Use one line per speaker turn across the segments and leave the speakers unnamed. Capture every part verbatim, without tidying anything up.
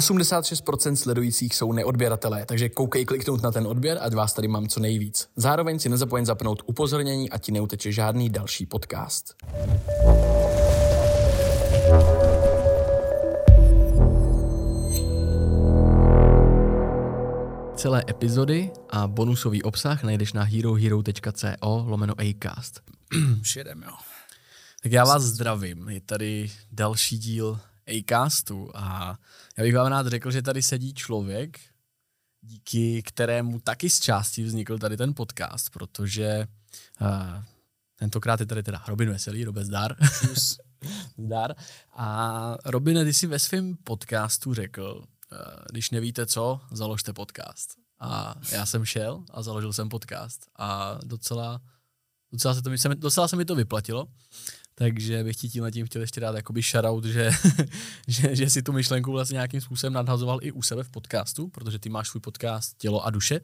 osmdesát šest procent sledujících jsou neodběratelé, takže koukej kliknout na ten odběr, ať vás tady mám co nejvíc. Zároveň si nezapomeň zapnout upozornění, ať ti neuteče žádný další podcast. Celé epizody a bonusový obsah najdeš na herohero.co lomeno acast.
Už jedem, jo.
Tak já vás zdravím, je tady další díl Acastu a já bych vám rád řekl, že tady sedí člověk, díky kterému taky z části vznikl tady ten podcast, protože uh, tentokrát je tady teda Robin Veselý, Robe, zdar. Zdar. A Robine, ty jsi ve svém podcastu řekl, uh, když nevíte co, založte podcast. A já jsem šel a založil jsem podcast a docela, docela, se, to, docela se mi to vyplatilo. Takže bych ti tímhle tím chtěl ještě dát jakoby shoutout, že, že, že si tu myšlenku vlastně nějakým způsobem nadhazoval i u sebe v podcastu, protože ty máš svůj podcast Tělo a duše,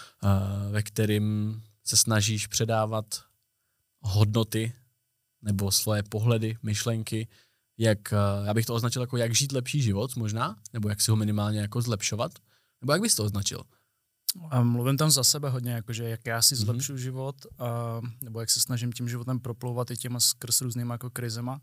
ve kterým se snažíš předávat hodnoty nebo svoje pohledy, myšlenky, jak, já bych to označil jako jak žít lepší život možná, nebo jak si ho minimálně jako zlepšovat, nebo jak bys to označil?
Mluvím tam za sebe hodně, jakože jak já si zlepšuju mm-hmm. život, a, nebo jak se snažím tím životem proplouvat i těma skrz různýma jako krizema.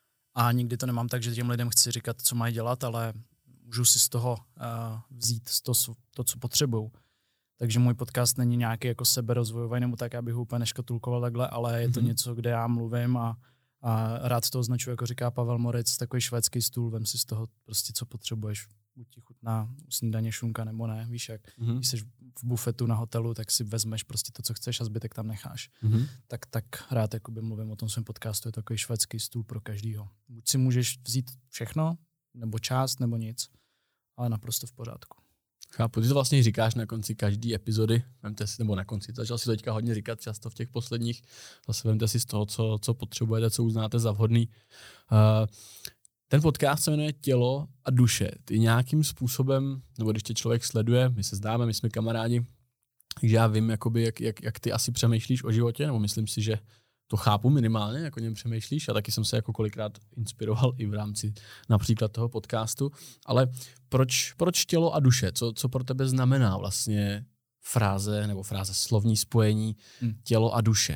A nikdy to nemám tak, že těm lidem chci říkat, co mají dělat, ale můžu si z toho uh, vzít to, to, co potřebuju. Takže můj podcast není nějaký jako seberozvojový, nebo tak, abych ho úplně neškatulkoval takhle, ale je to mm-hmm. něco, kde já mluvím a, a rád to označuji, jako říká Pavel Moritz, takový švédský stůl, vem si z toho prostě, co potřebuješ. Buď ti chutná snídaně šunka, nebo ne, víš jak. Mm-hmm. Když jsi v bufetu na hotelu, tak si vezmeš prostě to, co chceš a zbytek tam necháš. Mm-hmm. Tak, tak rád jakoby mluvím o tom svém podcastu, je to takový švédský stůl pro každýho. Buď si můžeš vzít všechno, nebo část, nebo nic, ale naprosto v pořádku.
Chápu, ty to vlastně říkáš na konci každé epizody, vemte si, nebo na konci, začal si to teďka hodně říkat často v těch posledních, zase vemte si z toho, co, co potřebujete, co uznáte za vhodný. Uh, Ten podcast se jmenuje Tělo a duše. Ty nějakým způsobem, nebo když tě člověk sleduje, my se známe, my jsme kamarádi, takže já vím, jakoby, jak, jak, jak ty asi přemýšlíš o životě, nebo myslím si, že to chápu minimálně, jak o něm přemýšlíš a taky jsem se jako kolikrát inspiroval i v rámci například toho podcastu. Ale proč, proč tělo a duše? Co, co pro tebe znamená vlastně fráze, nebo fráze slovní spojení hmm. tělo a duše?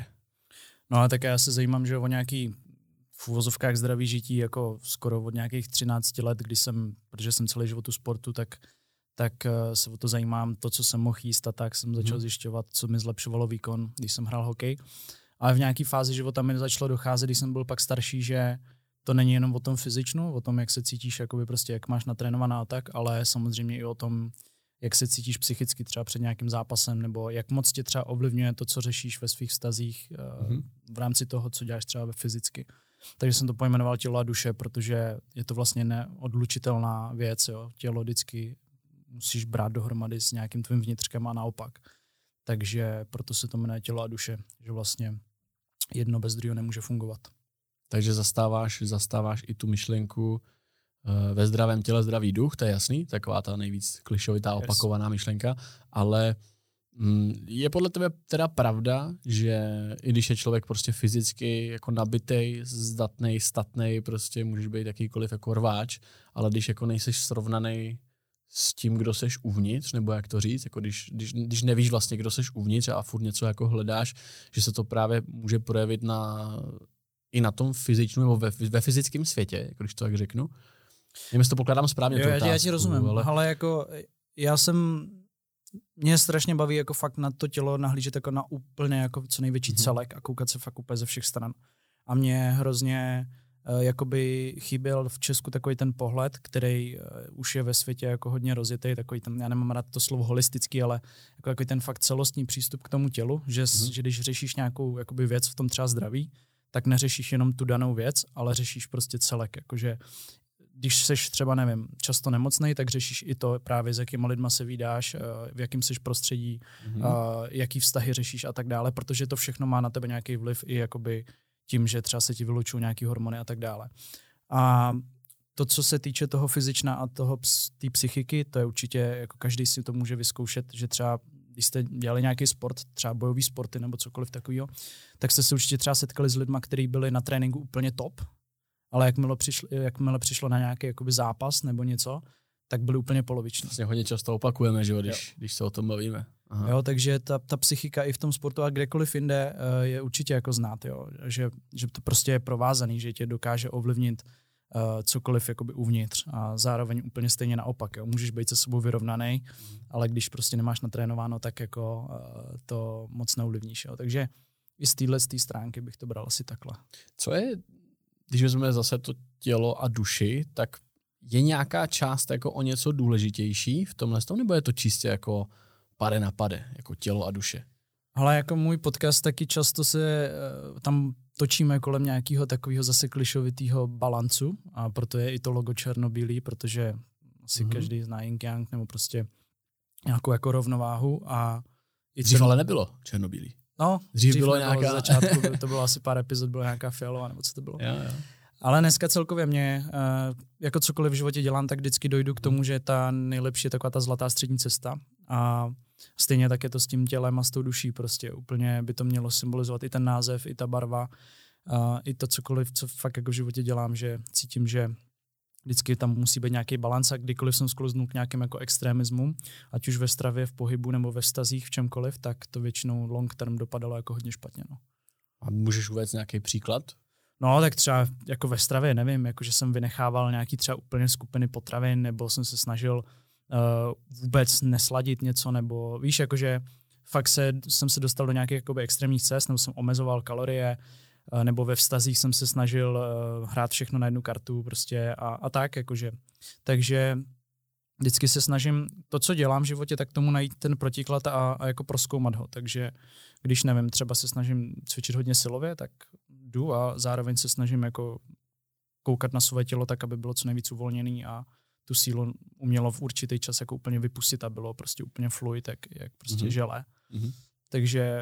No a tak já se zajímám, že o nějaký v uvozovkách zdravý žití jako skoro od nějakých třinácti let, kdy jsem, protože jsem celý život u sportu, tak, tak se o to zajímám. To, co jsem mohl jíst a tak jsem začal zjišťovat, co mi zlepšovalo výkon, když jsem hrál hokej. Ale v nějaké fázi života mi začalo docházet, když jsem byl pak starší, že to není jenom o tom fyzičnu, o tom, jak se cítíš, jakoby prostě, jak máš natrénovaná a tak, ale samozřejmě i o tom, jak se cítíš psychicky třeba před nějakým zápasem, nebo jak moc tě třeba ovlivňuje to, co řešíš ve svých vztazích mm-hmm. v rámci toho, co děláš třeba fyzicky. Takže jsem to pojmenoval tělo a duše, protože je to vlastně neodlučitelná věc. Jo. Tělo vždycky musíš brát dohromady s nějakým tvým vnitřkem a naopak. Takže proto se to jmenuje tělo a duše, že vlastně jedno bez druhého nemůže fungovat.
Takže zastáváš, zastáváš i tu myšlenku uh, ve zdravém těle zdravý duch, to je jasný, taková ta nejvíc klišovitá opakovaná yes. myšlenka, ale je podle tebe teda pravda, že i když je člověk prostě fyzicky jako nabitej, zdatnej, statnej, prostě můžeš být jakýkoliv jako rváč, ale když jako nejseš srovnaný s tím, kdo seš uvnitř, nebo jak to říct, jako když, když, když nevíš vlastně, kdo seš uvnitř a furt něco jako hledáš, že se to právě může projevit na, i na tom fyzičnu nebo ve, ve fyzickém světě, jako když to tak řeknu. Nevím, jestli to pokládám správně.
Jo, já,
otázku,
já ti rozumím,
ale...
ale jako já jsem... Mě strašně baví jako fakt na to tělo nahlížet jako na úplně jako co největší mm-hmm. celek a koukat se fakt úplně ze všech stran. A mě hrozně uh, jakoby chyběl v Česku takový ten pohled, který uh, už je ve světě jako hodně rozjetý, takový ten, já nemám rád to slovo holistický, ale jako, jako ten fakt celostní přístup k tomu tělu, že, mm-hmm. že když řešíš nějakou jakoby věc v tom třeba zdraví, tak neřešíš jenom tu danou věc, ale řešíš prostě celek, jakože když seš třeba, nevím, často nemocnej, tak řešíš i to právě, s jakýma lidma se vídáš, v jakým seš prostředí, mm-hmm. jaký vztahy řešíš a tak dále, protože to všechno má na tebe nějaký vliv i jakoby tím, že třeba se ti vylučují nějaký hormony a tak dále. A to, co se týče toho fyzična a toho té psychiky, to je určitě, jako každý si to může vyzkoušet, že třeba když jste dělali nějaký sport, třeba bojový sporty nebo cokoliv takového, tak jste se určitě třeba setkali s lidma, kteří byli na tréninku úplně top, ale jakmile přišlo, jakmile přišlo na nějaký jakoby zápas nebo něco, tak byly úplně poloviční.
Vlastně hodně často opakujeme, že jo, když, když se o tom bavíme. Aha.
Jo, takže ta, ta psychika i v tom sportu a kdekoliv jinde je určitě jako znát, jo, že, že to prostě je provázaný, že tě dokáže ovlivnit uh, cokoliv jakoby uvnitř a zároveň úplně stejně naopak. Jo. Můžeš být se sebou vyrovnaný, mm. ale když prostě nemáš natrénováno, tak jako uh, to moc neovlivníš. Jo. Takže i z téhle z té stránky bych to bral asi takhle.
Co je, když vezmeme zase to tělo a duši, tak je nějaká část jako o něco důležitější v tomhle stavu, nebo je to čistě jako pade na pade, jako tělo a duše?
Ale jako můj podcast taky často se uh, tam točíme kolem nějakého takového zase klišovitého balancu a proto je i to logo černobílý, protože asi mm-hmm. každý zná yin yang nebo prostě nějakou jako rovnováhu a i
dřív ale nebylo černobílý.
No,
dřív, dřív
bylo
nějaká...
Ze začátku, to bylo asi pár epizod, bylo nějaká fialová, nebo co to bylo.
Jo, jo.
Ale dneska celkově mě, jako cokoliv v životě dělám, tak vždycky dojdu k tomu, že ta nejlepší je taková ta zlatá střední cesta. A stejně tak je to s tím tělem a s tou duší prostě. Úplně by to mělo symbolizovat i ten název, i ta barva, a i to cokoliv, co fakt jako v životě dělám, že cítím, že vždycky tam musí být nějaký balans a kdykoliv jsem sklouznul k nějakým jako extremismu, ať už ve stravě, v pohybu nebo ve vztazích, v čemkoliv, tak to většinou long term dopadalo jako hodně špatně. No.
A můžeš uvést nějaký příklad?
No, tak třeba jako ve stravě, nevím, jako že jsem vynechával nějaký třeba úplně skupiny potravin, nebo jsem se snažil uh, vůbec nesladit něco, nebo víš, jakože fakt se, jsem se dostal do nějakých jakoby extrémních cest, nebo jsem omezoval kalorie, uh, nebo ve vztazích jsem se snažil uh, hrát všechno na jednu kartu prostě a, a tak, jakože. Takže vždycky se snažím to, co dělám v životě, tak tomu najít ten protiklad a, a jako prozkoumat ho. Takže když nevím, třeba se snažím cvičit hodně silově, tak jdu a zároveň se snažím jako koukat na své tělo tak, aby bylo co nejvíc uvolněný a tu sílu umělo v určitý čas jako úplně vypustit a bylo prostě úplně fluid, jak, jak prostě mm-hmm. želé. Mm-hmm. Takže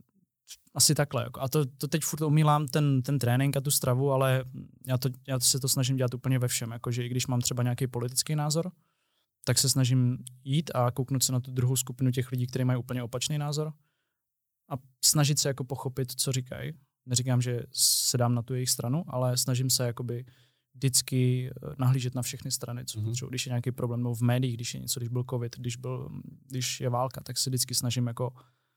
asi takhle. Jako. A to, to teď furt omílám ten, ten trénink a tu stravu, ale já, to, já se to snažím dělat úplně ve všem. Jakože i když mám třeba nějaký politický názor, tak se snažím jít a kouknout se na tu druhou skupinu těch lidí, kteří mají úplně opačný názor a snažit se jako pochopit, co říkají. Neříkám, že se dám na tu jejich stranu, ale snažím se jakoby vždycky nahlížet na všechny strany, co mm-hmm. třeba, když je nějaký problém, nebo v médiích, když je něco, když byl covid, když, byl, když je válka, tak se vždycky snažím jako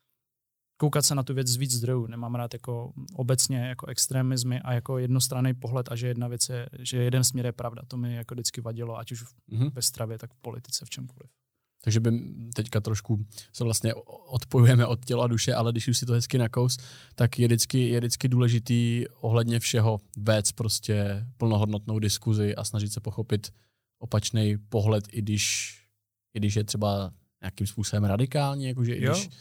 koukat se na tu věc z víc zdrojů. Nemám rád jako obecně jako extremismy a jako jednostranný pohled a že jedna věc je, že jeden směr je pravda. To mi jako vždycky vadilo, ať už mm-hmm. ve stravě, tak v politice, v čemkoliv.
Takže by teďka trošku se vlastně odpojujeme od těla a duše, ale když už si to hezky nakous, tak je vždycky, je vždycky důležitý ohledně všeho vést prostě plnohodnotnou diskuzi a snažit se pochopit opačný pohled, i když, i když je třeba nějakým způsobem radikální. Jakože i když...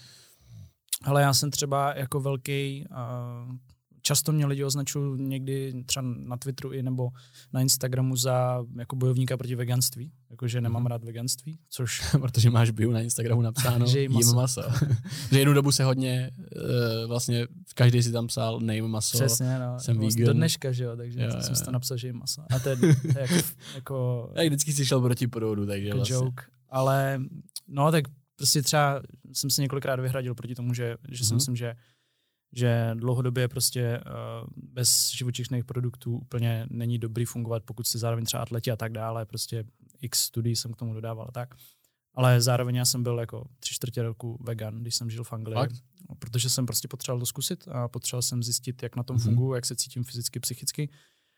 Ale já jsem třeba jako velký, uh, často mě lidi označují někdy třeba na Twitteru i nebo na Instagramu za jako bojovníka proti veganství, jakože nemám rád veganství, což...
Protože máš bio na Instagramu napsáno
že jim maso.
maso. Že jednu dobu se hodně, uh, vlastně každý si tam psal nejím maso,
přesně, no,
jsem
vlastně
vegan.
Do dneška, že jo, takže jo, jsem si to napsal, že jim maso. A to je, to je jako... jako
já vždycky si šel proti proudu, takže
jako
vlastně.
Joke, ale no tak prostě třeba jsem se několikrát vyhradil proti tomu, že, že mm-hmm. si myslím, že že dlouhodobě prostě uh, bez živočišných produktů úplně není dobrý fungovat, pokud jste zároveň třeba atleti a tak dále, prostě x studií jsem k tomu dodával tak. Ale zároveň já jsem byl jako tři čtvrtě roku vegan, když jsem žil v Anglii, Fakt? protože jsem prostě potřeboval to zkusit a potřeboval jsem zjistit, jak na tom mm-hmm. funguji, jak se cítím fyzicky, psychicky.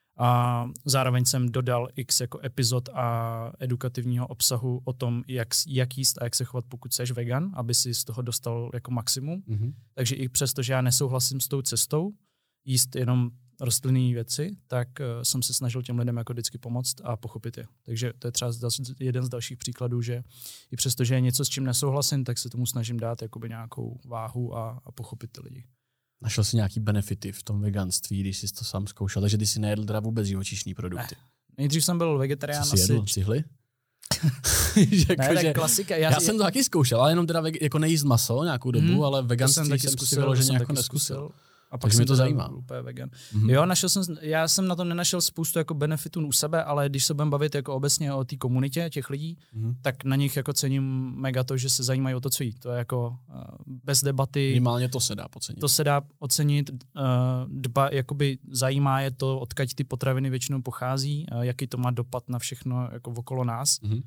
A zároveň jsem dodal x jako epizod a edukativního obsahu o tom, jak, jak jíst a jak se chovat, pokud seš vegan, aby si z toho dostal jako maximum. Mm-hmm. Takže i přesto, že já nesouhlasím s tou cestou, jíst jenom rostlinné věci, tak uh, jsem se snažil těm lidem jako vždycky pomoct a pochopit je. Takže to je třeba jeden z dalších příkladů, že i přesto, že je něco, s čím nesouhlasím, tak se tomu snažím dát jakoby nějakou váhu a, a pochopit ty lidi.
Našel jsi nějaký benefity v tom veganství, když jsi to sám zkoušel, takže ty jsi nejedl teda vůbec živočišný produkty.
Ne. Nejdřív jsem byl vegetarián.
Co jsi
asi...
jedl? Cihly?
jako, ne, tak klasika. Já,
já jsem to taky zkoušel, ale jenom teda vege, jako nejíst maso nějakou dobu, hmm, ale veganství jsem, jsem si vyloženě jako neskusil.
A pak mě to zajímá. Úplně vegan. Mm-hmm. Jo, našel jsem, já jsem na tom nenašel spoustu jako benefitů u sebe, ale když se budeme bavit jako obecně o té komunitě těch lidí, mm-hmm. tak na nich jako cením mega to, že se zajímají o to, co jí. To je jako uh, bez debaty.
Minimálně to se dá ocenit.
To se dá ocenit. Uh, dba, jakoby zajímá je to, odkud ty potraviny většinou pochází, uh, jaký to má dopad na všechno jako okolo nás. Mm-hmm.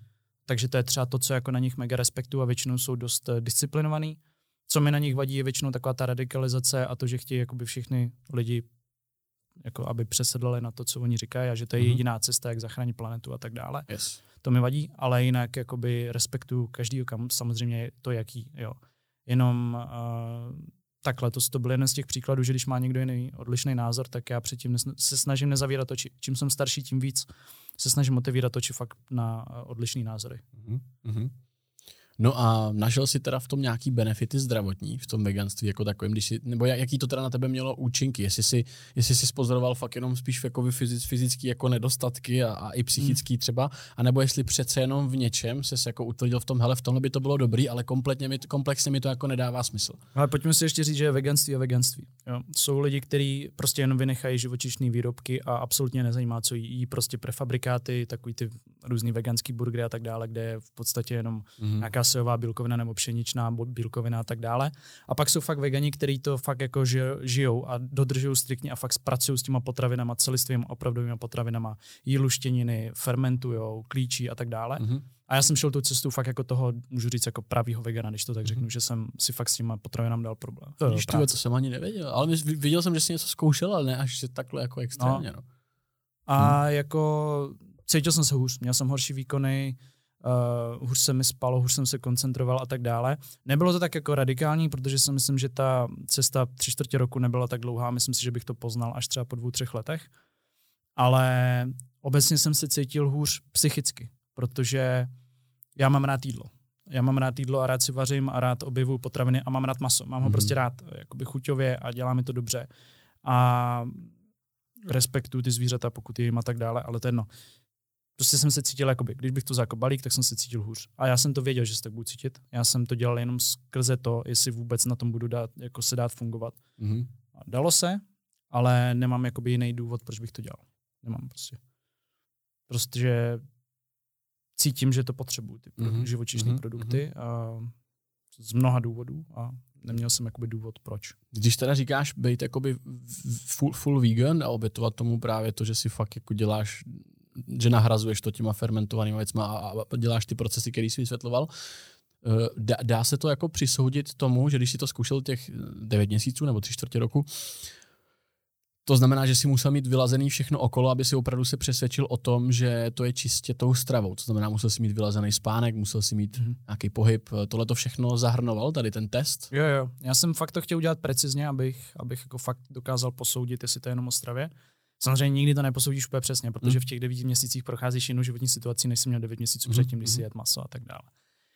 takže to je třeba to, co jako na nich mega respektuju a většinou jsou dost disciplinovaný. Co mi na nich vadí, je většinou taková ta radikalizace a to, že chtějí jakoby všichni lidi jako aby přesedlali na to, co oni říkají a že to je mm-hmm. jediná cesta, jak zachránit planetu a tak dále.
Yes.
To mi vadí, ale jinak jakoby respektuju každýho, kam samozřejmě to jaký, jo. Jenom uh, takhle, to, to byl jeden z těch příkladů, že když má někdo jiný odlišný názor, tak já předtím nes- se snažím nezavírat oči. Čím jsem starší, tím víc se snažím otevírat oči fakt na uh, odlišný názory.
Mm-hmm. No a našel si teda v tom nějaký benefity zdravotní, v tom veganství jako takovým, když si, nebo jaký to teda na tebe mělo účinky, jestli si, jestli jsi spozoroval fakt jenom spíš jako fyzic, fyzický jako nedostatky a, a i psychický hmm. třeba, anebo jestli přece jenom v něčem ses jako utvrdil v tom, hele, v tomhle by to bylo dobrý, ale kompletně mi, komplexně mi to jako nedává smysl.
Ale pojďme si ještě říct, že je veganství a veganství. Jo. Jsou lidi, kteří prostě jenom vynechají živočišné výrobky a absolutně nezajímá, co jí, jí prostě prefabrikáty, takový ty různý veganský burgery a tak dále, kde je v podstatě jenom hmm. nějaká sojová bílkovina nebo pšeničná bílkovina a tak dále. A pak jsou fakt vegani, kteří to fakt jako žijou a dodržují striktně a fakt pracují s těma potravinama, celistvými opravdovými potravinama, jí luštěniny, fermentujou, klíčí a tak dále. Mm-hmm. A já jsem šel tu cestu fakt jako toho, můžu říct, jako pravýho vegana, když to tak řeknu, mm-hmm. že jsem si fakt s těma potravinám dal problém.
To, Víš, tyhle, to jsem ani nevěděl, ale viděl jsem, že jsi něco zkoušel, ale ne až že takhle jako extrémně. No. No.
A hmm. jako cítil jsem se hůř, měl jsem horší výkony, Uh, hůř se mi spalo, hůř jsem se koncentroval a tak dále. Nebylo to tak jako radikální, protože si myslím, že ta cesta tři čtvrtě roku nebyla tak dlouhá, myslím si, že bych to poznal až třeba po dvou, třech letech. Ale obecně jsem se cítil hůř psychicky, protože já mám rád jídlo. Já mám rád jídlo a rád si vařím a rád objevuju potraviny a mám rád maso. Mám ho mm-hmm. prostě rád jakoby chuťově a dělá mi to dobře. A respektuju ty zvířata, pokud je jim a tak dále, ale to je jedno. Prostě jsem se cítil, jakoby, když bych to vzal jako balík, tak jsem se cítil hůř. A já jsem to věděl, že se tak budu cítit. Já jsem to dělal jenom skrze to, jestli vůbec na tom budu dát, jako se dát fungovat. Mm-hmm. A dalo se, ale nemám jakoby jiný důvod, proč bych to dělal. Nemám prostě. Prostě cítím, že to potřebuju, ty mm-hmm. živočišné mm-hmm. produkty a z mnoha důvodů a neměl jsem jakoby důvod, proč.
Když teda říkáš být jakoby full, full vegan a obětovat tomu právě to, že si fakt jako děláš, že nahrazuješ to těma fermentovanými věcma a, a děláš ty procesy, který jsi vysvětloval, dá, dá se to jako přisoudit tomu, že když si to zkoušel těch devět měsíců nebo tři čtvrtě roku, to znamená, že si musel mít vylazený všechno okolo, aby si opravdu se přesvědčil o tom, že to je čistě tou stravou. To znamená, musel si mít vylazený spánek, musel si mít mm-hmm. nějaký pohyb. Tohle to všechno zahrnoval, tady ten test?
Jo, jo. Já jsem fakt to chtěl udělat precizně, abych, abych jako fakt dokázal posoudit, jestli to je jenom o stravě. Samozřejmě nikdy to neposoudíš úplně přesně, protože v těch devíti měsících procházíš jinou životní situaci, než jsem měl devět měsíců mm-hmm. předtím, když si jet maso a tak dále.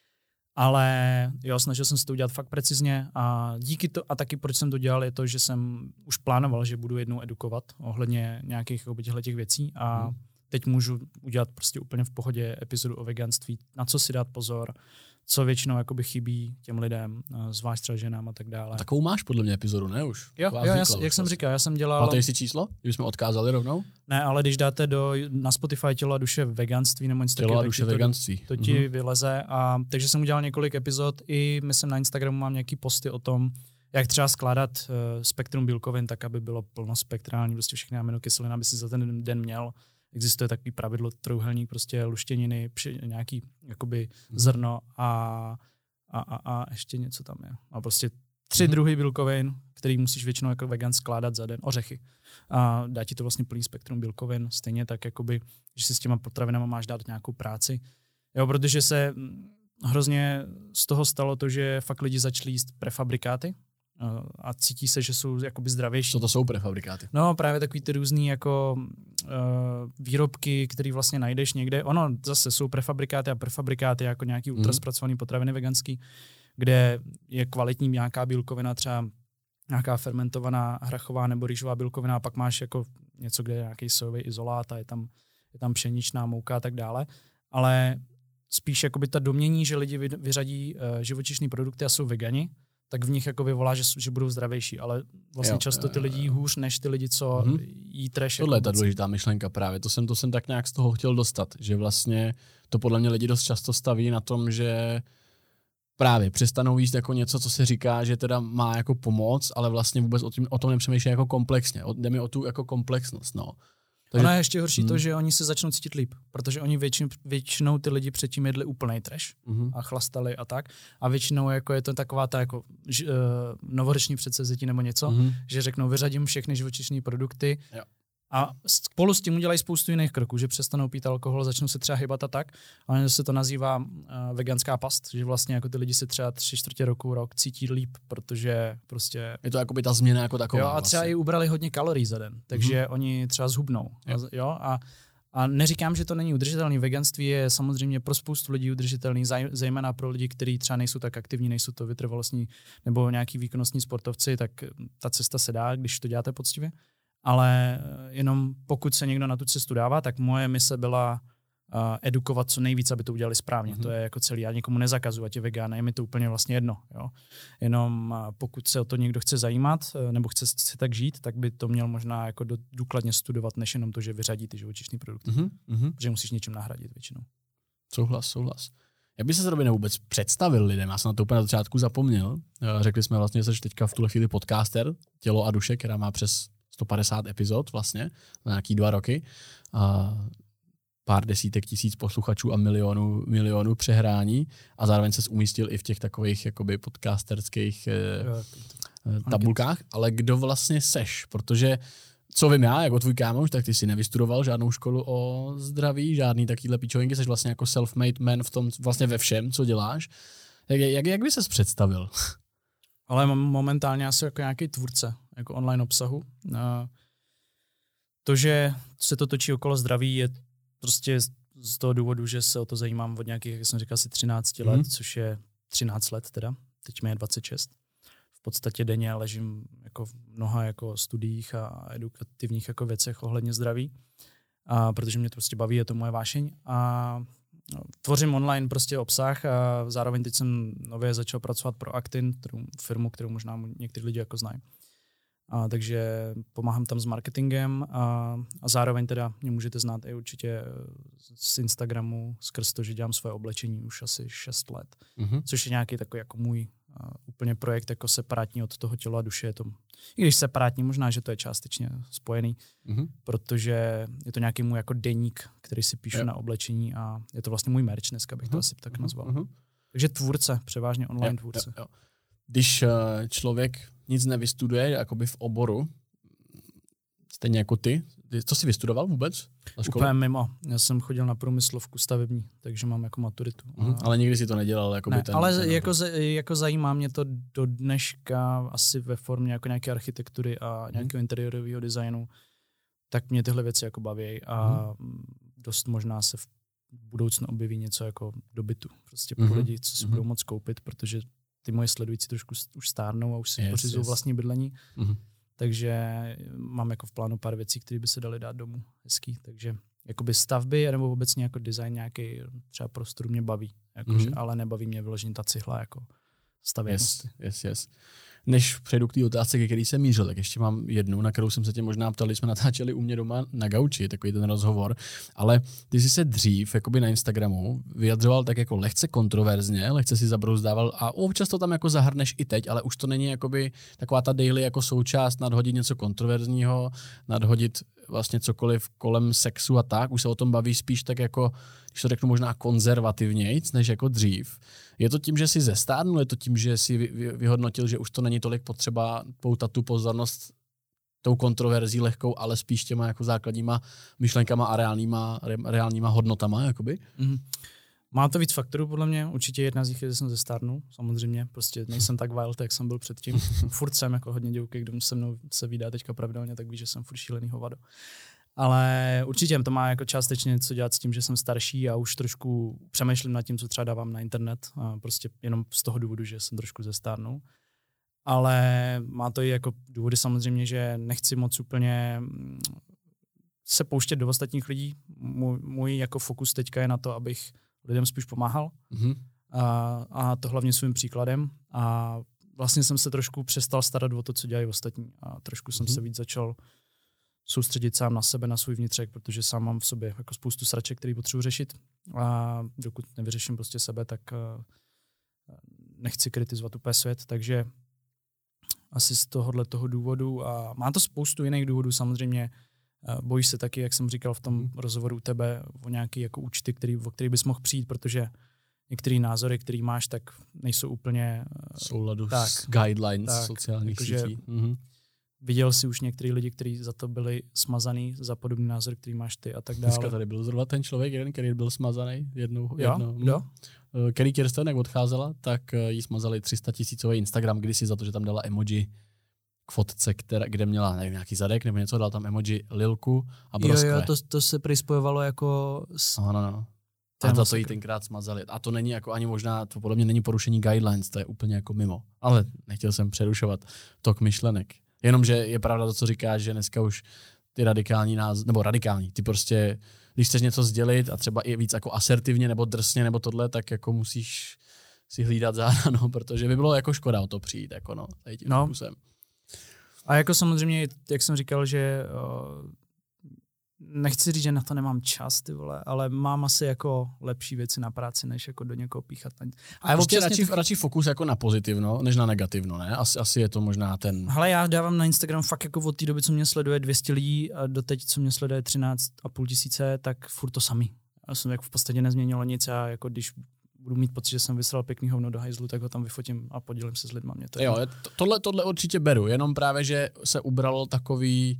Ale jo, snažil jsem se to udělat fakt precizně a díky to, a taky proč jsem to dělal, je to, že jsem už plánoval, že budu jednou edukovat ohledně nějakých těch věcí a hmm. teď můžu udělat prostě úplně v pohodě epizodu o veganství, na co si dát pozor, co většinou jakoby chybí těm lidem, zvlášť třeba ženám a tak dále. A
takovou máš podle mě epizodu, ne už?
Jo, jo já, jak jsem říkal, já jsem dělal...
Máte si číslo? Kdybychom odkázali rovnou?
Ne, ale když dáte do, na Spotify Tělo a duše veganství nebo něco
takového, Tělo a duše veganství.
To, to ti mm-hmm. vyleze. A, takže jsem udělal několik epizod i myslím na Instagramu mám nějaký posty o tom, jak třeba skládat uh, spektrum bílkovin tak, aby bylo plnospektrální, prostě všechny aminokyseliny, aby si za ten den měl. Existuje takový pravidlo trojúhelník, prostě luštěniny, při, nějaký jakoby mm. zrno a, a, a, a ještě něco tam je. A prostě tři mm. druhy bílkovin, který musíš většinou jako vegan skládat za den, ořechy. A dá ti to vlastně plný spektrum bílkovin, stejně tak, jakoby, že si s těma potravinama máš dát nějakou práci. Jo, protože se hrozně z toho stalo to, že fakt lidi začali jíst prefabrikáty, a cítí se, že jsou jakoby zdravější.
Co to jsou prefabrikáty?
No právě takový ty různý jako uh, výrobky, který vlastně najdeš někde. Ono zase jsou prefabrikáty a prefabrikáty jako nějaký mm. ultraspracovaný potraviny veganský, kde je kvalitní nějaká bílkovina, třeba nějaká fermentovaná hrachová nebo rýžová bílkovina a pak máš jako něco, kde je nějaký sojový izolát a je tam, je tam pšeničná mouka a tak dále. Ale spíš jakoby ta domění, že lidi vyřadí uh, živočišný produkty a jsou vegani, tak v nich jako vyvolá, že, že budou zdravější, ale vlastně jo, často ty lidi jí hůř, než ty lidi, co mm-hmm. jí trash.
Tohle
jako
je ta důležitá myšlenka právě, to jsem, to jsem tak nějak z toho chtěl dostat, že vlastně to podle mě lidi dost často staví na tom, že právě přestanou jíst jako něco, co se říká, že teda má jako pomoc, ale vlastně vůbec o, tím, o tom nepřemýšlí jako komplexně, jde mi o tu jako komplexnost, no.
Takže, ono je ještě horší hmm. to, že oni se začnou cítit líp, protože oni většin, většinou ty lidi předtím jedli úplnej trash hmm. a chlastali a tak. A většinou jako je to taková ta jako ž, uh, novoroční předsevzetí nebo něco, hmm. že řeknou, vyřadím všechny živočišné produkty. Jo. A spolu s tím udělají spoustu jiných kroků, že přestanou pít alkohol, začnou se třeba hybat a tak. Ale se to nazývá uh, veganská past, že vlastně jako ty lidi se třeba tři čtvrtě roku, rok cítí líp, protože prostě...
Je to jakoby ta změna jako taková.
Jo, a třeba vlastně i ubrali hodně kalorií za den, takže mm-hmm. oni třeba zhubnou. Jo. A, jo, a, a neříkám, že to není udržitelný. Veganství je samozřejmě pro spoustu lidí udržitelný, zaj, zejména pro lidi, kteří třeba nejsou tak aktivní, nejsou to vytrvalostní nebo nějaký výkonnostní sportovci, tak ta cesta se dá, když to děláte poctivě. Ale jenom pokud se někdo na tu cestu dává, tak moje mise byla uh, edukovat co nejvíc, aby to udělali správně. Mm-hmm. To je jako celý. Já nikomu nezakazuju, ať je vegán, je mi to úplně vlastně jedno. Jo? Jenom uh, pokud se o to někdo chce zajímat, uh, nebo chce, chce tak žít, tak by to měl možná jako do, důkladně studovat, než jenom to, že vyřadí ty živočišné produkty. Mm-hmm. Protože musíš něčím nahradit většinou.
Souhlas, souhlas. Jak by se Robine vůbec představil lidem? Já jsem na to úplně na začátku zapomněl. Řekli jsme vlastně, že jsi teďka v tuhle chvíli podcaster Tělo a duše, která má přes sto padesát epizod vlastně, na nějaký dva roky. A pár desítek tisíc posluchačů a milionů, milionů přehrání a zároveň se umístil i v těch takových jakoby podcasterských eh, tabulkách. Ale kdo vlastně seš? Protože co vím já, jako tvůj kámoš, tak ty si nevystudoval žádnou školu o zdraví, žádný takovýhle píčovinky, jsi vlastně jako self-made man v tom, vlastně ve všem, co děláš. Jak, jak, jak by ses představil?
Ale momentálně asi jako nějaký tvůrce, jako online obsahu. To, že se to točí okolo zdraví, je prostě z toho důvodu, že se o to zajímám od nějakých, jak jsem říkal, asi třináct let, mm. což je třináct let teda, teď mi je dvacet šest. V podstatě denně ležím jako v mnoha jako studiích a edukativních jako věcech ohledně zdraví, a protože mě to prostě baví, je to moje vášeň. A tvořím online prostě obsah a zároveň teď jsem nově začal pracovat pro Actin, kterou, firmu, kterou možná někteří lidi jako znají. A takže pomáhám tam s marketingem a, a zároveň teda mě můžete znát i určitě z Instagramu skrz to, že dělám své oblečení už asi šest let, mm-hmm. což je nějaký takový jako můj uh, úplně projekt jako separátní od toho Těla a duše. Je to, i když separátní, možná, že to je částečně spojený, mm-hmm. protože je to nějaký můj jako deník, který si píšu yep. na oblečení a je to vlastně můj merch dneska, bych mm-hmm. to asi tak nazval. Mm-hmm. Takže tvůrce, převážně online yep, tvůrce.
Yep, yep. Když uh, člověk nic nevystuduje, jakoby v oboru, stejně jako ty, co jsi vystudoval vůbec na škole?
Úplně mimo. Já jsem chodil na průmyslovku stavební, takže mám jako maturitu.
Mm, a... Ale nikdy si to nedělal? Jakoby
ne,
ten,
ale
ten
jako, z, jako zajímá mě to do dneška asi ve formě jako nějaké architektury a mm. nějakého interiérového designu, tak mě tyhle věci jako baví a mm. dost možná se v budoucnu objeví něco jako do bytu. Prostě pro mm. lidi, co si mm. budou moc koupit, protože ty moje sledující trošku už stárnou a už si yes, pořizují yes. vlastní bydlení. Mm-hmm. Takže mám jako v plánu pár věcí, které by se daly dát domů hezký. Takže jakoby stavby nebo obecně jako design nějaký třeba prostoru mě baví. Jakože, mm-hmm. ale nebaví mě vyložení ta cihla jako stavěnost.
Yes, yes, yes. Než přejdu k té otázce, ke který jsem mířil, tak ještě mám jednu, na kterou jsem se tě možná ptal, když jsme natáčeli u mě doma na gauči, takový ten rozhovor, ale ty jsi se dřív jakoby na Instagramu vyjadřoval tak jako lehce kontroverzně, lehce si zabrouzdával a občas to tam jako zahrneš i teď, ale už to není jakoby taková ta daily jako součást nadhodit něco kontroverzního, nadhodit vlastně cokoliv kolem sexu a tak, už se o tom baví spíš tak jako, když to řeknu možná konzervativnějc, než jako dřív. Je to tím, že jsi zestárnul, je to tím, že jsi vyhodnotil, že už to není tolik potřeba poutat tu pozornost tou kontroverzí lehkou, ale spíš těma jako základníma myšlenkama a reálníma, reálníma hodnotama, jakoby?
Mm-hmm. Má to víc faktorů, podle mě. Určitě jedna z nich je, že jsem zestárnul, samozřejmě. Prostě nejsem tak wild, jak jsem byl předtím. Furt jsem jako hodně divoký, kdo se mnou se vídá teďka pravidelně, tak ví, že jsem furt šílený hovado. Ale určitě to má jako částečně něco dělat s tím, že jsem starší a už trošku přemýšlím nad tím, co třeba dávám na internet. A prostě jenom z toho důvodu, že jsem trošku zestárnul. Ale má to i jako důvody samozřejmě, že nechci moc úplně se pouštět do ostatních lidí. Můj, můj jako fokus teďka je na to, abych lidem spíš pomáhal. Mm-hmm. A, a to hlavně svým příkladem. A vlastně jsem se trošku přestal starat o to, co dělají ostatní. A trošku jsem mm-hmm. se víc začal soustředit sám na sebe, na svůj vnitřek, protože sám mám v sobě jako spoustu sraček, který potřebuji řešit. A dokud nevyřeším prostě sebe, tak uh, nechci kritizovat úplně svět. Takže asi z tohohle toho důvodu. A má to spoustu jiných důvodů samozřejmě. Bojíš se taky, jak jsem říkal v tom rozhovoru u tebe, o nějaké jako účty, který, o který bys mohl přijít, protože některé názory, které máš, tak nejsou úplně
v souladu
tak,
s guidelines
tak,
sociálních
jakože
sítí. Mhm.
Viděl jsi už některý lidi, kteří za to byli smazaný, za podobný názor, který máš ty a tak dále.
Dneska tady byl zrovna ten člověk, jeden, který byl smazaný jednou.
Jo?
jednou.
Kdo?
Kerry Kirsten, jak odcházela, tak jí smazali tři sta tisícový Instagram kdysi za to, že tam dala emoji k fotce, která, kde měla nevím, nějaký zadek nebo něco, dal tam emoji Lilku a broskve.
Jo, jo, to, to se přispojovalo jako... S...
No, no, no. A za to jí tenkrát smazali. A to není jako ani možná, to podle mě není porušení guidelines, to je úplně jako mimo. Ale nechtěl jsem přerušovat tok myšlenek. Jenomže je pravda to, co říkáš, že dneska už ty radikální názory, nebo radikální, ty prostě, když chceš něco sdělit a třeba i víc jako asertivně nebo drsně nebo tohle, tak jako musíš si hlídat záda, no, protože by bylo jako škoda o to přijít, jako no, tady tím
no.
způsobem.
A jako samozřejmě, jak jsem říkal, že uh, nechci říct, že na to nemám čas, ty vole, ale mám asi jako lepší věci na práci, než jako do někoho píchat.
A já prostě radši, ty... radši fokus jako na pozitivno, než na negativno, ne? Asi, asi je to možná ten...
Hele, já dávám na Instagram fakt jako od té doby, co mě sleduje dvě stě lidí a doteď, co mě sleduje třináct a půl tisíce, tak furt to samý. Já jsem jako v podstatě nezměnilo nic a jako když budu mít pocit, že jsem vysral pěkný hovno do hajzlu, tak ho tam vyfotím a podělím se s lidma. Mě to
jo, to, tohle, tohle určitě beru, jenom právě, že se ubralo takový...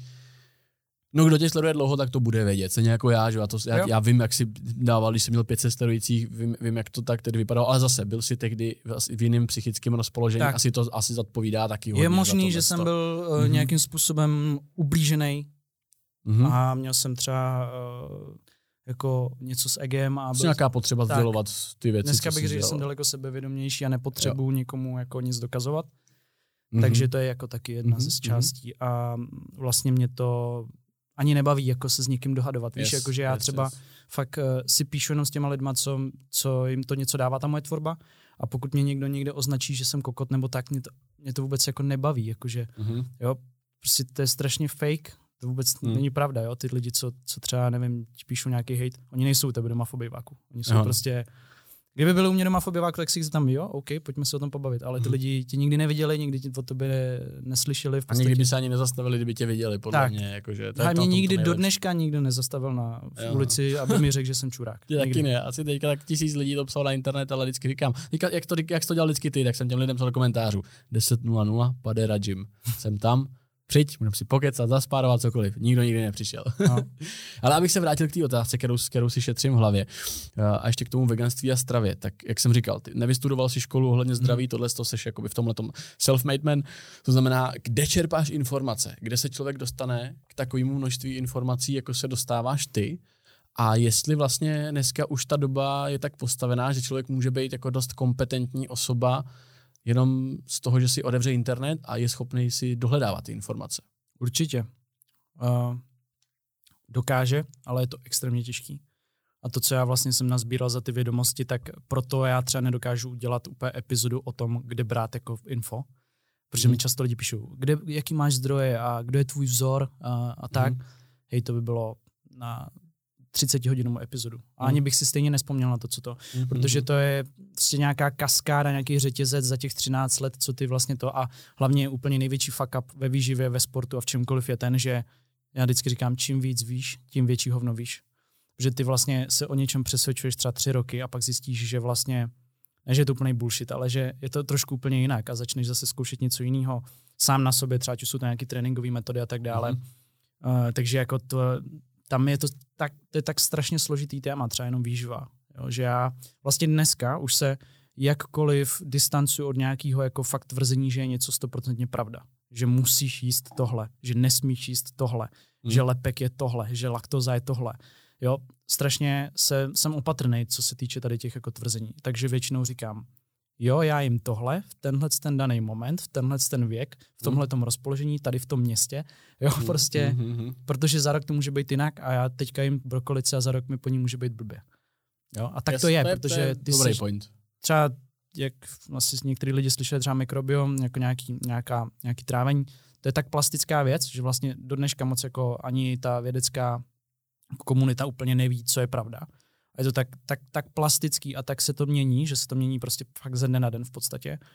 No, kdo tě sleduje dlouho, tak to bude vědět. Stejně jako já, že já, to, já, já vím, jak si dával, když jsem měl pět set sledujících, vím, vím, jak to tak tedy vypadalo, ale zase byl si tehdy v jiném psychickém rozpoložení, tak. asi to asi zodpovídá taky hodně.
Je možný, že jsem byl uh, mm-hmm. nějakým způsobem ublížený mm-hmm. a měl jsem třeba uh, jako něco s egem. A byl...
nějaká potřeba sdělovat ty věci.
Dneska bych řekl, že jsem daleko sebevědomější a nepotřebuji nikomu jako nic dokazovat. Mm-hmm. Takže to je jako taky jedna mm-hmm. z částí. A vlastně mě to ani nebaví jako se s někým dohadovat. Víš,
yes,
jakože já
yes,
třeba
yes.
fakt uh, si píšu jenom s těma lidma, co, co jim to něco dává, ta moje tvorba. A pokud mě někdo někde označí, že jsem kokot nebo tak, mě to, mě to vůbec jako nebaví. Jakože, mm-hmm. jo, prostě to je strašně fake. To vůbec mm. není pravda, jo. Ty lidi, co, co třeba, nevím, ti píšou nějaký hate, oni nejsou u tebe doma v obýváku. Oni jsou Aha. prostě... Kdyby byli u mě doma v obýváku, tak si tam, jo, OK, pojďme se o tom pobavit. Ale ty hmm. lidi tě nikdy neviděli, nikdy tě o tobě neslyšeli. V
podstatě. A nikdy by se ani nezastavili, kdyby tě viděli, podle
tak.
mě. Jakože,
to a mě nikdy do dneška nikdo nezastavil na v jo. ulici, aby mi řekl, že jsem čurák.
Ty taky ne. Asi teďka tak tisíc lidí to psal na internet, ale vždycky říkám, jak to, jak to dělal vždycky ty, tak jsem těm lidem psal do komentářů. deset nula nula, Pade Rajim. Jsem tam. Přijď, můžeme si pokecat, zaspárovat, cokoliv. Nikdo nikdy nepřišel. No. Ale abych se vrátil k té otázce, kterou, kterou si šetřím v hlavě, a ještě k tomu veganství a stravě, tak jak jsem říkal, ty nevystudoval si školu ohledně zdraví, hmm. tohle to seš jakoby v tomhletom self-made man, to znamená, kde čerpáš informace, kde se člověk dostane k takovému množství informací, jako se dostáváš ty, a jestli vlastně dneska už ta doba je tak postavená, že člověk může být jako dost kompetentní osoba, jenom z toho, že si otevře internet a je schopný si dohledávat ty informace.
Určitě. Uh, dokáže, ale je to extrémně těžký. A to, co já vlastně jsem nazbíral za ty vědomosti, tak proto já třeba nedokážu udělat úplně epizodu o tom, kde brát jako info. Protože mm. mi často lidi píšou, kde, jaký máš zdroje a kdo je tvůj vzor a, a tak. Mm. Hej, to by bylo na třicetihodinovou epizodu. A ani bych si stejně nespomněl na to, co to. Mm-hmm. Protože to je prostě nějaká kaskáda, nějaký řetězec za těch třináct let, co ty vlastně to. A hlavně úplně největší fuck up ve výživě, ve sportu a v čemkoliv je ten, že já vždycky říkám, čím víc víš, tím větší hovno víš. Že ty vlastně se o něčem přesvědčuješ třeba tři roky a pak zjistíš, že vlastně, ne, že je to úplný bullshit, ale že je to trošku úplně jinak a začneš zase zkoušet něco jiného sám na sobě, třeba jsou to nějaké tréninkové metody a tak dále. Mm-hmm. Uh, takže jako to tam je to tak, to je tak strašně složitý téma, třeba jenom výživa. Jo, že já vlastně dneska už se jakkoliv distancuju od nějakého jako fakt tvrzení, že je něco stoprocentně pravda. Že musíš jíst tohle, že nesmíš jíst tohle, hmm. že lepek je tohle, že laktoza je tohle. Jo, strašně se, jsem opatrný, co se týče tady těch jako tvrzení. Takže většinou říkám, jo, já jim tohle, v tenhle ten daný moment, v tenhle ten věk, v tomhletom rozpoložení, tady v tom městě, jo, mm, prostě, mm, mm, protože za rok to může být jinak a já teďka jim brokolice a za rok mi po ní může být blbě. Jo, a tak yes, to je, to je protože to je ty
dobrý
jsi,
point.
Třeba, jak asi některý lidi slyšeli třeba mikrobiom, jako nějaký, nějaká, nějaký trávení, to je tak plastická věc, že vlastně do dneška moc jako ani ta vědecká komunita úplně neví, co je pravda. A je to tak, tak, tak plastický a tak se to mění, že se to mění prostě fakt ze dne na den v podstatě,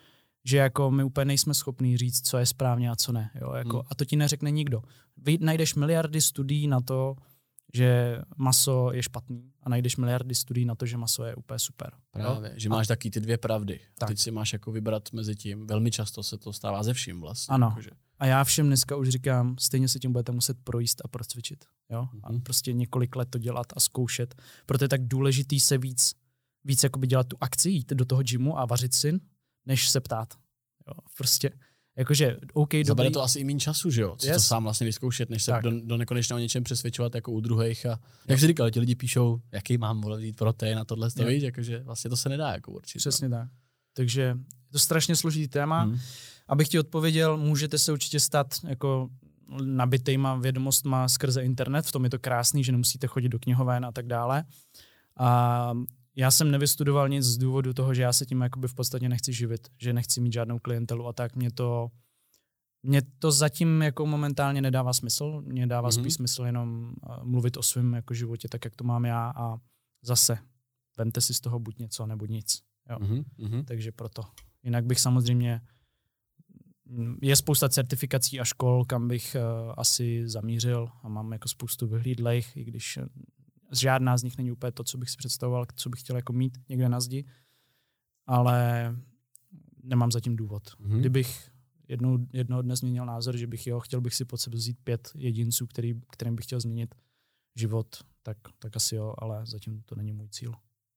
že jako my úplně nejsme schopní říct, co je správně a co ne. Jo? Jako, hmm. A to ti neřekne nikdo. Vy najdeš miliardy studií na to, že maso je špatný a najdeš miliardy studií na to, že maso je úplně super.
Právě,
jo?
že máš a... taky ty dvě pravdy.
Tak.
A teď si máš jako vybrat mezi tím. Velmi často se to stává ze vším vlastně.
Ano.
Jakože.
A já všem dneska už říkám, stejně se tím budete muset projíst a procvičit. Jo? Mm-hmm. A prostě několik let to dělat a zkoušet. Proto je tak důležitý se víc, víc jakoby dělat tu akci, jít do toho gymu a vařit si, než se ptát. Jo? Prostě, jakože, OK, dobrý.
Zabere to asi i méně času, že jo? Co
yes.
to sám vlastně vyzkoušet, než se do, do nekonečna o něčem přesvědčovat jako u druhých. A jak jsi říkal, ti lidi píšou, jaký mám volit protein a tohle, to víš, jakože vlastně to se nedá jako určitě.
Přesně no. tak. Takže je to strašně složitý téma. Hmm. Abych ti odpověděl, můžete se určitě stát jako nabitejma vědomostma skrze internet, v tom je to krásný, že nemusíte chodit do knihoven a tak dále. A já jsem nevystudoval nic z důvodu toho, že já se tím jakoby v podstatě nechci živit, že nechci mít žádnou klientelu a tak. Mě to, mě to zatím jako momentálně nedává smysl. Mě dává mm-hmm. spíš smysl jenom mluvit o svém jako životě tak, jak to mám já a zase vemte si z toho buď něco, nebo nic. Jo. Mm-hmm. Takže proto. Jinak bych samozřejmě je spousta certifikací a škol, kam bych uh, asi zamířil a mám jako spoustu vyhlídlejch, i když žádná z nich není úplně to, co bych si představoval, co bych chtěl jako mít někde na zdi, ale nemám zatím důvod. Mm-hmm. Kdybych jednou, jednoho dne změnil názor, že bych jo, chtěl bych si pod sebe vzít pět jedinců, který, kterým bych chtěl změnit život, tak, tak asi jo, ale zatím to není můj cíl.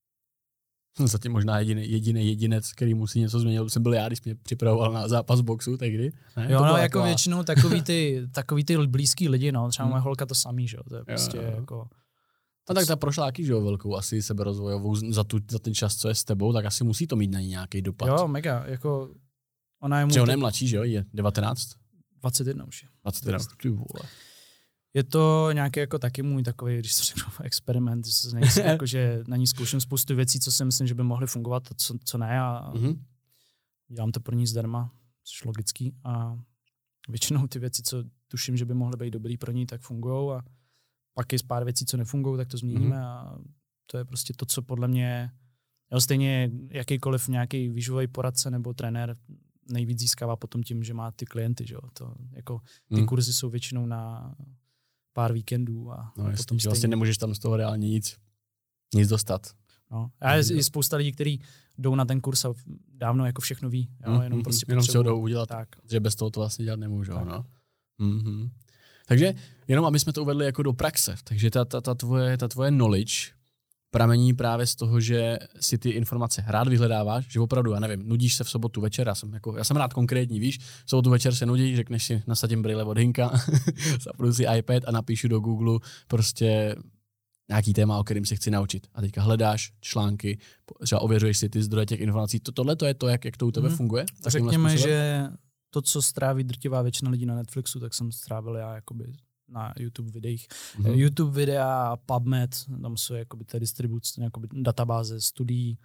Zatím možná jediný, jediný jedinec, který musí něco změnit, jsem byl já, když mě připravoval na zápas boxu tehdy. Ne?
Jo, no, jako taková... většinou takový ty, takový ty blízký lidi, no, třeba hmm. moje holka to samý, že jo, to je prostě jo, jo. jako...
No tak ta prošla jaký, že jo, velkou asi seberozvojovou za, tu, za ten čas, co je s tebou, tak asi musí to mít na ní nějaký dopad.
Jo, mega, jako ona je...
Že ona je mladší, že jo, je devatenáct?
dvacet jedna už je.
dvacet jedna, ty vole.
Je to nějaký jako taky můj takový, když to řeknu, experiment, jako, že na ní zkouším spoustu věcí, co si myslím, že by mohly fungovat a co, co ne a mm-hmm. dělám to pro ní zdarma, což je logický a většinou ty věci, co tuším, že by mohly být dobrý pro ní, tak fungujou a pak je pár věcí, co nefungují, tak to změníme mm-hmm. a to je prostě to, co podle mě, jo, stejně jakýkoliv nějaký výživový poradce nebo trenér nejvíc získává potom tím, že má ty klienty, že jo, to jako ty mm. kurzy jsou většinou na pár víkendů a
no,
potom
stejně... vlastně nemůžeš tam z toho reálně nic, nic dostat.
No. A je, je spousta lidí, kteří jdou na ten kurz a dávno jako všechno ví, jo,
mm,
jenom prostě
jenom se ho jdou udělat,
tak.
Že bez toho to vlastně dělat nemůžou. No. Mm-hmm. Takže jenom, aby jsme to uvedli jako do praxe, takže ta, ta, ta, tvoje, ta tvoje knowledge pramení právě z toho, že si ty informace rád vyhledáváš, že opravdu, já nevím, nudíš se v sobotu večer, já jsem, jako, já jsem rád konkrétní, víš, v sobotu večer se nudíš, řekneš si, nasadím brýle od Hinka, zapnu si iPad a napíšu do Google prostě nějaký téma, o kterým se chci naučit. A teďka hledáš články, třeba ověřuješ si ty zdroje těch informací. To, tohle to je to, jak, jak to u tebe mm. funguje?
Řekněme, že to, co stráví drtivá většina lidí na Netflixu, tak jsem strávil já jakoby na YouTube videích. Mm-hmm. YouTube videa, PubMed, tam jsou jakoby ty distribuce, jakoby databáze studií.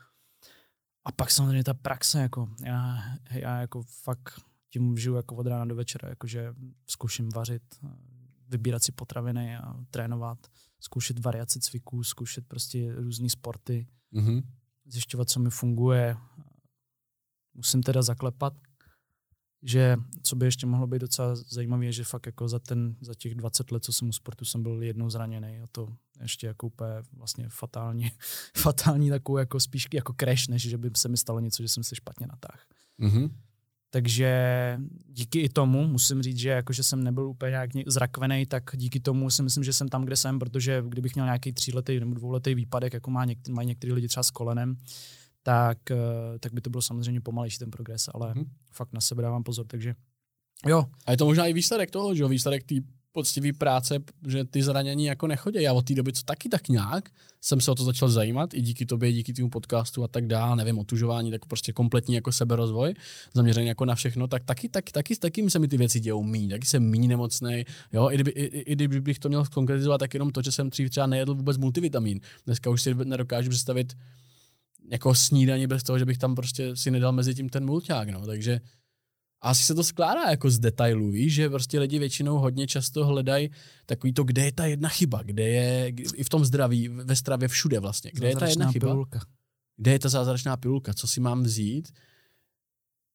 A pak samozřejmě ta praxe, jako já, já jako fakt tím žiju jako od rána do večera, jakože zkouším vařit, vybírat si potraviny a trénovat, zkoušet variaci cviků, zkoušet prostě různý sporty, mm-hmm. zjišťovat, co mi funguje. Musím teda zaklepat, že co by ještě mohlo být docela zajímavé, je, že fakt jako za, ten, za těch dvacet let, co jsem u sportu, jsem byl jednou zraněný a to ještě jako úplně vlastně fatální, fatální takovou jako spíš jako crash, než že by se mi stalo něco, že jsem se špatně natáhl. Mm-hmm. Takže díky i tomu musím říct, že jako, že jsem nebyl úplně nějak zrakvený, tak díky tomu si myslím, že jsem tam, kde jsem, protože kdybych měl nějaký tříletý nebo dvouletý výpadek, jako má něk- mají některý lidi třeba s kolenem, tak, tak by to bylo samozřejmě pomalejší ten progres, ale hmm. fakt na sebe dávám pozor, takže jo.
A je to možná i výsledek toho, že jo, výsledek té poctivé práce, že ty zranění jako nechodí. Já od té doby, co taky tak nějak, jsem se o to začal zajímat, i díky tobě, díky tomu podcastu a tak dále, nevím, otužování, tak prostě kompletní jako seberozvoj, zaměřený jako na všechno, tak taky, taky, taky, taky se mi ty věci dějou míň, taky jsem míň nemocnej, jo, i kdyby, i, i kdybych to měl konkretizovat, tak jenom to, že jsem dřív třeba nejedl vůbec multivitamin. Dneska už si nedokážu představit jako snídaní bez toho, že bych tam prostě si nedal mezi tím ten mulťák, no, takže asi se to skládá jako z detailů, víš, že prostě lidi většinou hodně často hledají takový to, kde je ta jedna chyba, kde je, i v tom zdraví, ve stravě všude vlastně, kde je ta jedna chyba, pilulka. Kde je ta zázračná pilulka, co si mám vzít,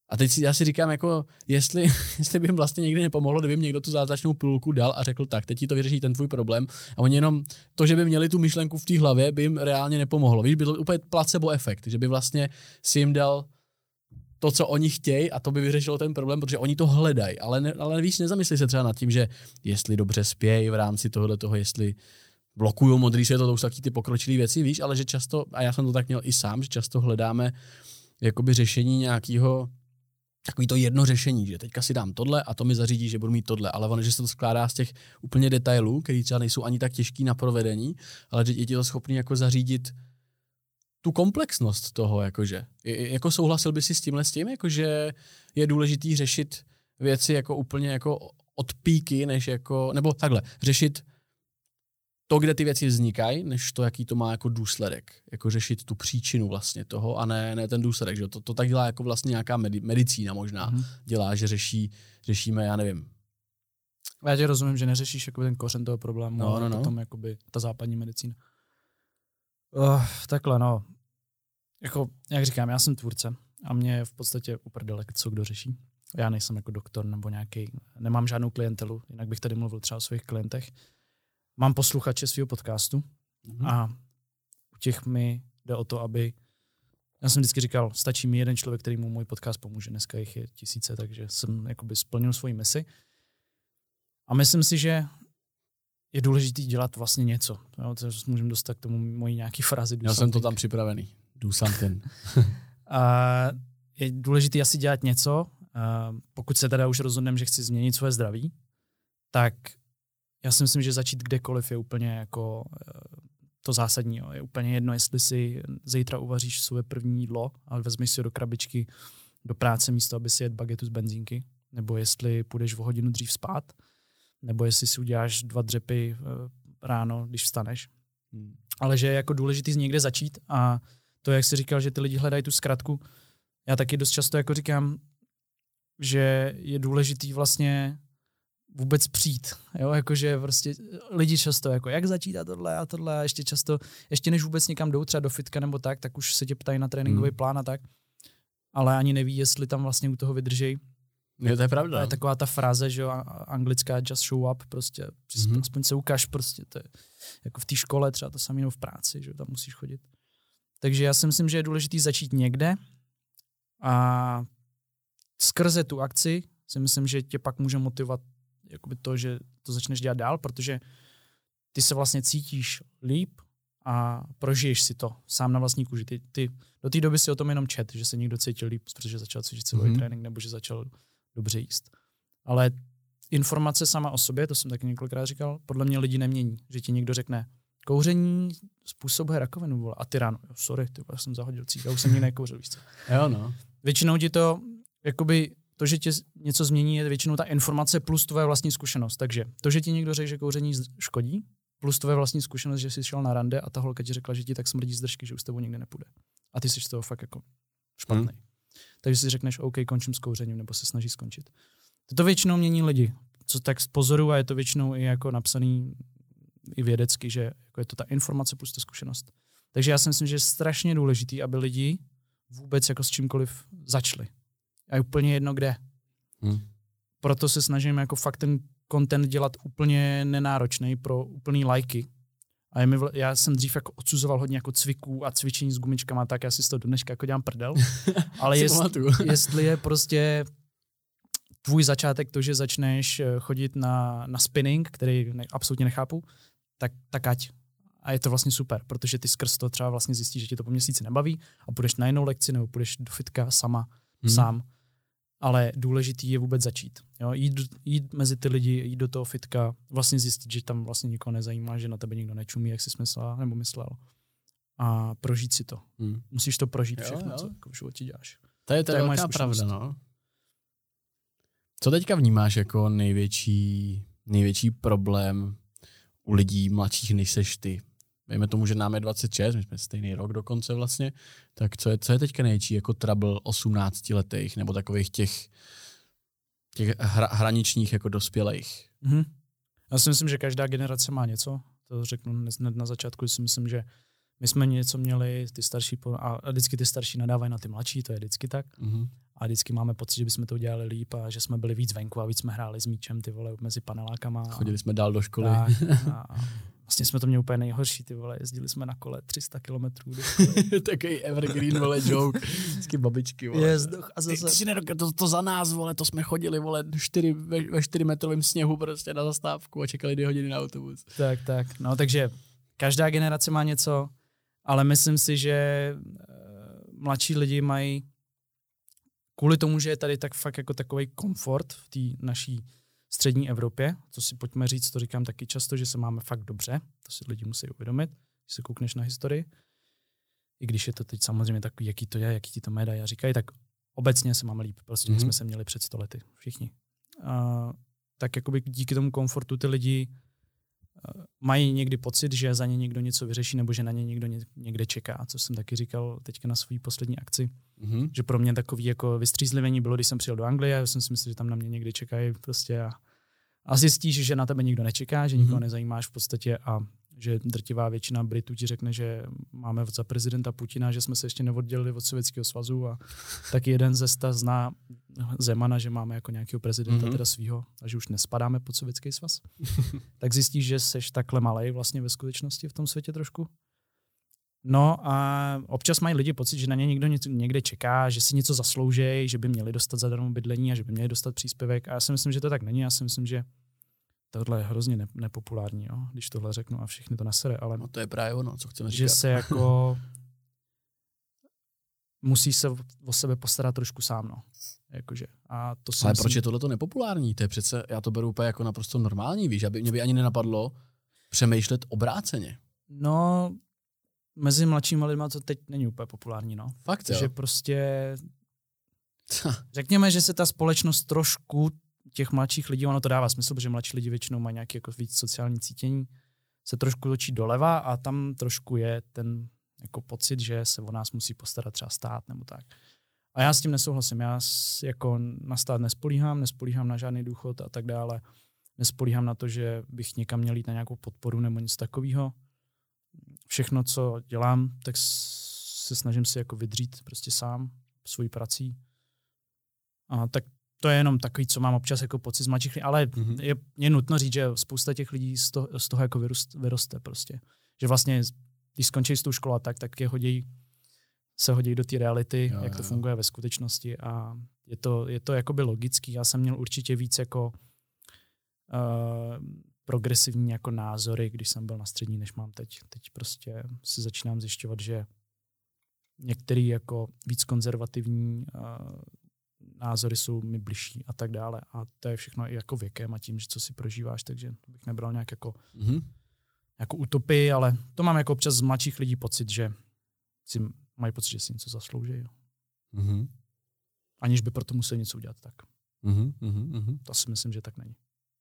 A teď si, já si říkám, jako, jestli, jestli by jim vlastně někdy nepomohlo, kdyby jim někdo tu zázračnou pilulku dal a řekl tak, teď ti to vyřeší ten tvůj problém. A oni jenom to, že by měli tu myšlenku v té hlavě, by jim reálně nepomohlo. Víš, byl úplně placebo efekt, že by vlastně si jim dal to, co oni chtějí, a to by vyřešilo ten problém, protože oni to hledají. Ale, ne, ale víš, nezamyslí se třeba nad tím, že jestli dobře spějí v rámci tohohle toho, jestli blokují modrý světlo, to už taky ty pokročilé věci, víš, ale že často, a já jsem to tak měl i sám, že často hledáme jakoby řešení nějakého, takový to jedno řešení, že teďka si dám tohle a to mi zařídí, že budu mít tohle, ale ono, že se to skládá z těch úplně detailů, který třeba nejsou ani tak těžký na provedení, ale že je ti to schopný jako zařídit tu komplexnost toho, jakože. Jako souhlasil by si s tímhle s tím, jakože je důležitý řešit věci jako úplně jako od píky, než jako, nebo takhle, řešit to, kde ty věci vznikají, než to, jaký to má jako důsledek. Jako řešit tu příčinu vlastně toho a ne, ne ten důsledek. Že? To, to tak dělá jako vlastně nějaká medi- medicína možná. Mm-hmm. Dělá, že řeší, řešíme, já nevím.
Já tě rozumím, že neřešíš jako ten kořen toho problému,
no,
ale
no,
potom jakoby ta západní medicína. Uh, takhle, no. Jako, jak říkám, já jsem tvůrce a mě v podstatě uprdele, co kdo řeší. Já nejsem jako doktor nebo nějaký, nemám žádnou klientelu, jinak bych tady mluvil třeba o svých klientech. Mám posluchače svého podcastu mm-hmm. a u těch mi jde o to, aby, já jsem vždycky říkal, stačí mi jeden člověk, který mu můj podcast pomůže. Dneska jich je tisíce, takže jsem jakoby splnil svoji misi. A myslím si, že je důležité dělat vlastně něco. Jo, můžeme dostat k tomu mojí nějaký frázi.
Já jsem to tam připravený. Do something.
A je důležité asi dělat něco. A pokud se teda už rozhodneme, že chci změnit svoje zdraví, tak já si myslím, že začít kdekoliv je úplně jako to zásadní. Jo. Je úplně jedno, jestli si zítra uvaříš svoje první jídlo, ale vezmeš si ho do krabičky do práce místo, aby si jet bagetu z benzínky, nebo jestli půjdeš o hodinu dřív spát, nebo jestli si uděláš dva dřepy ráno, když vstaneš. Hmm. Ale že je jako důležitý z někde začít a to, jak jsi říkal, že ty lidi hledají tu zkratku, já taky dost často jako říkám, že je důležitý vlastně vůbec přijít, jo, jakože prostě lidi často jako jak začít a tohle a tohle a ještě často, ještě než vůbec někam jdou třeba do fitka nebo tak, tak už se tě ptají na tréninkový hmm. plán a tak, ale ani neví, jestli tam vlastně u toho vydrží.
Je to je pravda.
A je taková ta fráze, že jo, anglická just show up, prostě, mm-hmm. aspoň se ukáž, prostě, to je jako v té škole třeba to samé, v práci, že jo, tam musíš chodit. Takže já si myslím, že je důležité začít někde a skrze tu akci si myslím, že tě pak může motivovat jakoby to, že to začneš dělat dál, protože ty se vlastně cítíš líp a prožiješ si to sám na vlastní kůži. Ty, ty do té doby si o tom jenom čet, že se někdo cítil líp, protože začal cvičit silový mm-hmm. trénink nebo že začal dobře jíst. Ale informace sama o sobě, to jsem taky několikrát říkal, podle mě lidi nemění. Že ti někdo řekne, kouření způsobuje rakovinu, vole. A ty ráno, jo, sorry, ty já jsem zahodil cík, já už jsem nikdy nekouřil, víš co.
Jo, no.
Většinou ti to, jakoby, to, že tě něco změní, je většinou ta informace plus tvoje vlastní zkušenost. Takže to, že ti někdo řekne, že kouření škodí, plus tvoje vlastní zkušenost, že jsi šel na rande a ta holka ti řekla, že ti tak smrdí z držky, že už s tebou nikdy nepůjde. A ty jsi z toho fakt jako špatný. Hmm. Takže si řekneš, OK, končím s kouřením, nebo se snaží skončit. To většinou mění lidi. Co tak z pozoru, a je to většinou i jako napsaný i vědecky, že jako je to ta informace plus ta zkušenost. Takže já si myslím, že je strašně důležitý, aby lidi vůbec jako s čímkoliv začali. A je úplně jedno kde. Hmm. Proto se snažím jako fakt ten content dělat úplně nenáročný pro úplný lajky. A je mi vl- já jsem dřív jako odsuzoval hodně jako cviků a cvičení s gumičkama, tak já si z toho do dneška jako dělám prdel. Ale jest, jestli je prostě tvůj začátek to, že začneš chodit na, na spinning, který ne, absolutně nechápu, tak, tak ať. A je to vlastně super, protože ty skrz to třeba vlastně zjistíš, že ti to po měsíci nebaví a půjdeš na jinou lekci nebo půjdeš do fitka sama, hmm. sám. Ale důležitý je vůbec začít. Jo? Jít, jít mezi ty lidi, jít do toho fitka, vlastně zjistit, že tam vlastně nikoho nezajímá, že na tebe nikdo nečumí, jak jsi myslela nebo myslel. A prožít si to. Hmm. Musíš to prožít všechno, jo, jo. co jako v životě děláš.
To je, to je, to je velká pravda, no. Co teďka vnímáš jako největší, největší problém u lidí mladších, než seš ty? Vejme tomu, že nám je dvacet šest, my jsme stejný rok dokonce vlastně, tak co je, co je teďka největší jako trouble osmnáctiletých nebo takových těch, těch hra, hraničních jako dospělých?
Mm-hmm. Já si myslím, že každá generace má něco, to řeknu hned na začátku, si myslím, že my jsme něco měli, ty starší, a vždycky ty starší nadávají na ty mladší, to je vždycky tak. Mm-hmm. A vždycky máme pocit, že bychom to udělali líp a že jsme byli víc venku a víc jsme hráli s míčem, ty vole, mezi panelákama.
Chodili jsme dál do školy.
Tak, a vlastně jsme to měli úplně nejhorší, ty vole, jezdili jsme na kole tři sta kilometrů do školy.
Takový evergreen, vole, joke. Vždycky babičky, vole.
Yes, a zase...
Ty, ty si nedok- to, to za nás, vole, to jsme chodili, vole, čtyři, ve, ve čtyřmetrovém sněhu prostě na zastávku a čekali dvě hodiny na autobus.
Tak, tak, no takže každá generace má něco, ale myslím si, že mladší lidi mají kvůli tomu, že je tady tak fakt jako takový komfort v té naší střední Evropě, to si pojďme říct, to říkám taky často, že se máme fakt dobře, to si lidi musí uvědomit, když se koukneš na historii, i když je to teď samozřejmě takový, jaký to je, jaký ti to média říkají, tak obecně se máme líp, prostě mm-hmm. jsme se měli před sto lety, všichni. Uh, tak jakoby díky tomu komfortu ty lidi uh, mají někdy pocit, že za ně někdo něco vyřeší, nebo že na ně někdo ně, někde čeká, co jsem taky říkal teďka na své poslední akci. Mm-hmm. Že pro mě takový jako vystřízlivění bylo, když jsem přijel do Anglie, já jsem si myslel, že tam na mě někdy čekají prostě a, a zjistíš, že na tebe nikdo nečeká, že nikoho mm-hmm. nezajímáš v podstatě a že drtivá většina Britů ti řekne, že máme za prezidenta Putina, že jsme se ještě neoddělili od Sovětského svazu a taky jeden ze sta zná Zemana, že máme jako nějakého prezidenta mm-hmm. teda svýho a že už nespadáme pod Sovětský svaz. Tak zjistíš, že seš takhle malej vlastně ve skutečnosti v tom světě trošku. No a občas mají lidi pocit, že na ně někdo někde čeká, že si něco zaslouží, že by měli dostat zadarmo bydlení a že by měli dostat příspěvek. A já si myslím, že to tak není. Já si myslím, že tohle je hrozně ne- nepopulární, jo? Když tohle řeknu a všichni to nasere. Ale
no to je právě ono, co chceme říkat.
Že se jako musí se o sebe postarat trošku sám. No. Jakože. A to
ale
myslím...
proč je tohleto nepopulární? To je přece, já to beru úplně jako naprosto normální, víš, aby mě by ani nenapadlo přemýšlet obráceně.
No, mezi mladšíma lidma to teď není úplně populární, no.
Fakt, jo?
Že prostě řekněme, že se ta společnost trošku těch mladších lidí, ono to dává smysl, protože mladší lidi většinou mají nějaké jako víc sociální cítění, se trošku točí doleva a tam trošku je ten jako pocit, že se o nás musí postarat třeba stát nebo tak. A já s tím nesouhlasím. Já jako na stát nespolíhám, nespolíhám na žádný důchod a tak dále. Nespolíhám na to, že bych někam měl jít na nějakou podporu nebo něco takového. Všechno, co dělám, tak se snažím si jako vydřít prostě sám svojí prací. A tak to je jenom takový, co mám občas jako pocit z mladších lidí, ale mm-hmm. je, je nutno říct, že spousta těch lidí z toho, z toho jako vyrost, vyroste prostě. Že vlastně, když skončí s tou školou tak, tak je hodí, se hodí do té reality, jo, jak jo. to funguje ve skutečnosti a je to, je to jakoby logický. Já jsem měl určitě víc jako uh, progresivní jako názory, když jsem byl na střední, než mám teď. Teď prostě si začínám zjišťovat, že některý jako víc konzervativní uh, názory jsou mi bližší a tak dále. A to je všechno i jako věkem a tím, že co si prožíváš, takže to bych nebral nějak jako, mm-hmm. jako utopii, ale to mám jako občas z mladších lidí pocit, že si mají pocit, že si něco zaslouží. Mm-hmm. Aniž by proto museli něco udělat tak. Mm-hmm. Mm-hmm. To si myslím, že tak není.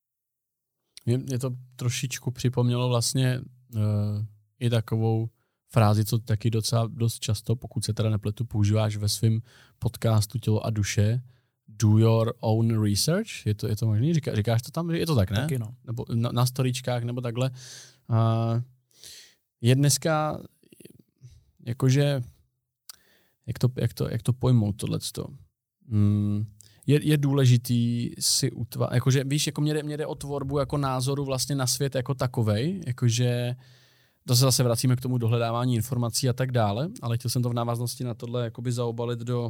Mě, mě to trošičku připomnělo vlastně uh, i takovou frázi, co taky docela dost často, pokud se teda nepletu, používáš ve svém podcastu Tělo a duše, do your own research, je to, je to možný? Říká, říkáš to tam? Je to tak, ne?
Taky no.
Nebo na, na storíčkách, nebo takhle. Uh, je dneska jakože, jak to, jak to, jak to pojmout tohleto? Hmm, je, je důležitý si utvářet, jakože víš, jako mě jde, mě jde o tvorbu jako názoru vlastně na svět jako takovej, jakože to se zase vracíme k tomu dohledávání informací a tak dále, ale chtěl jsem to v návaznosti na tohle jakoby zaobalit do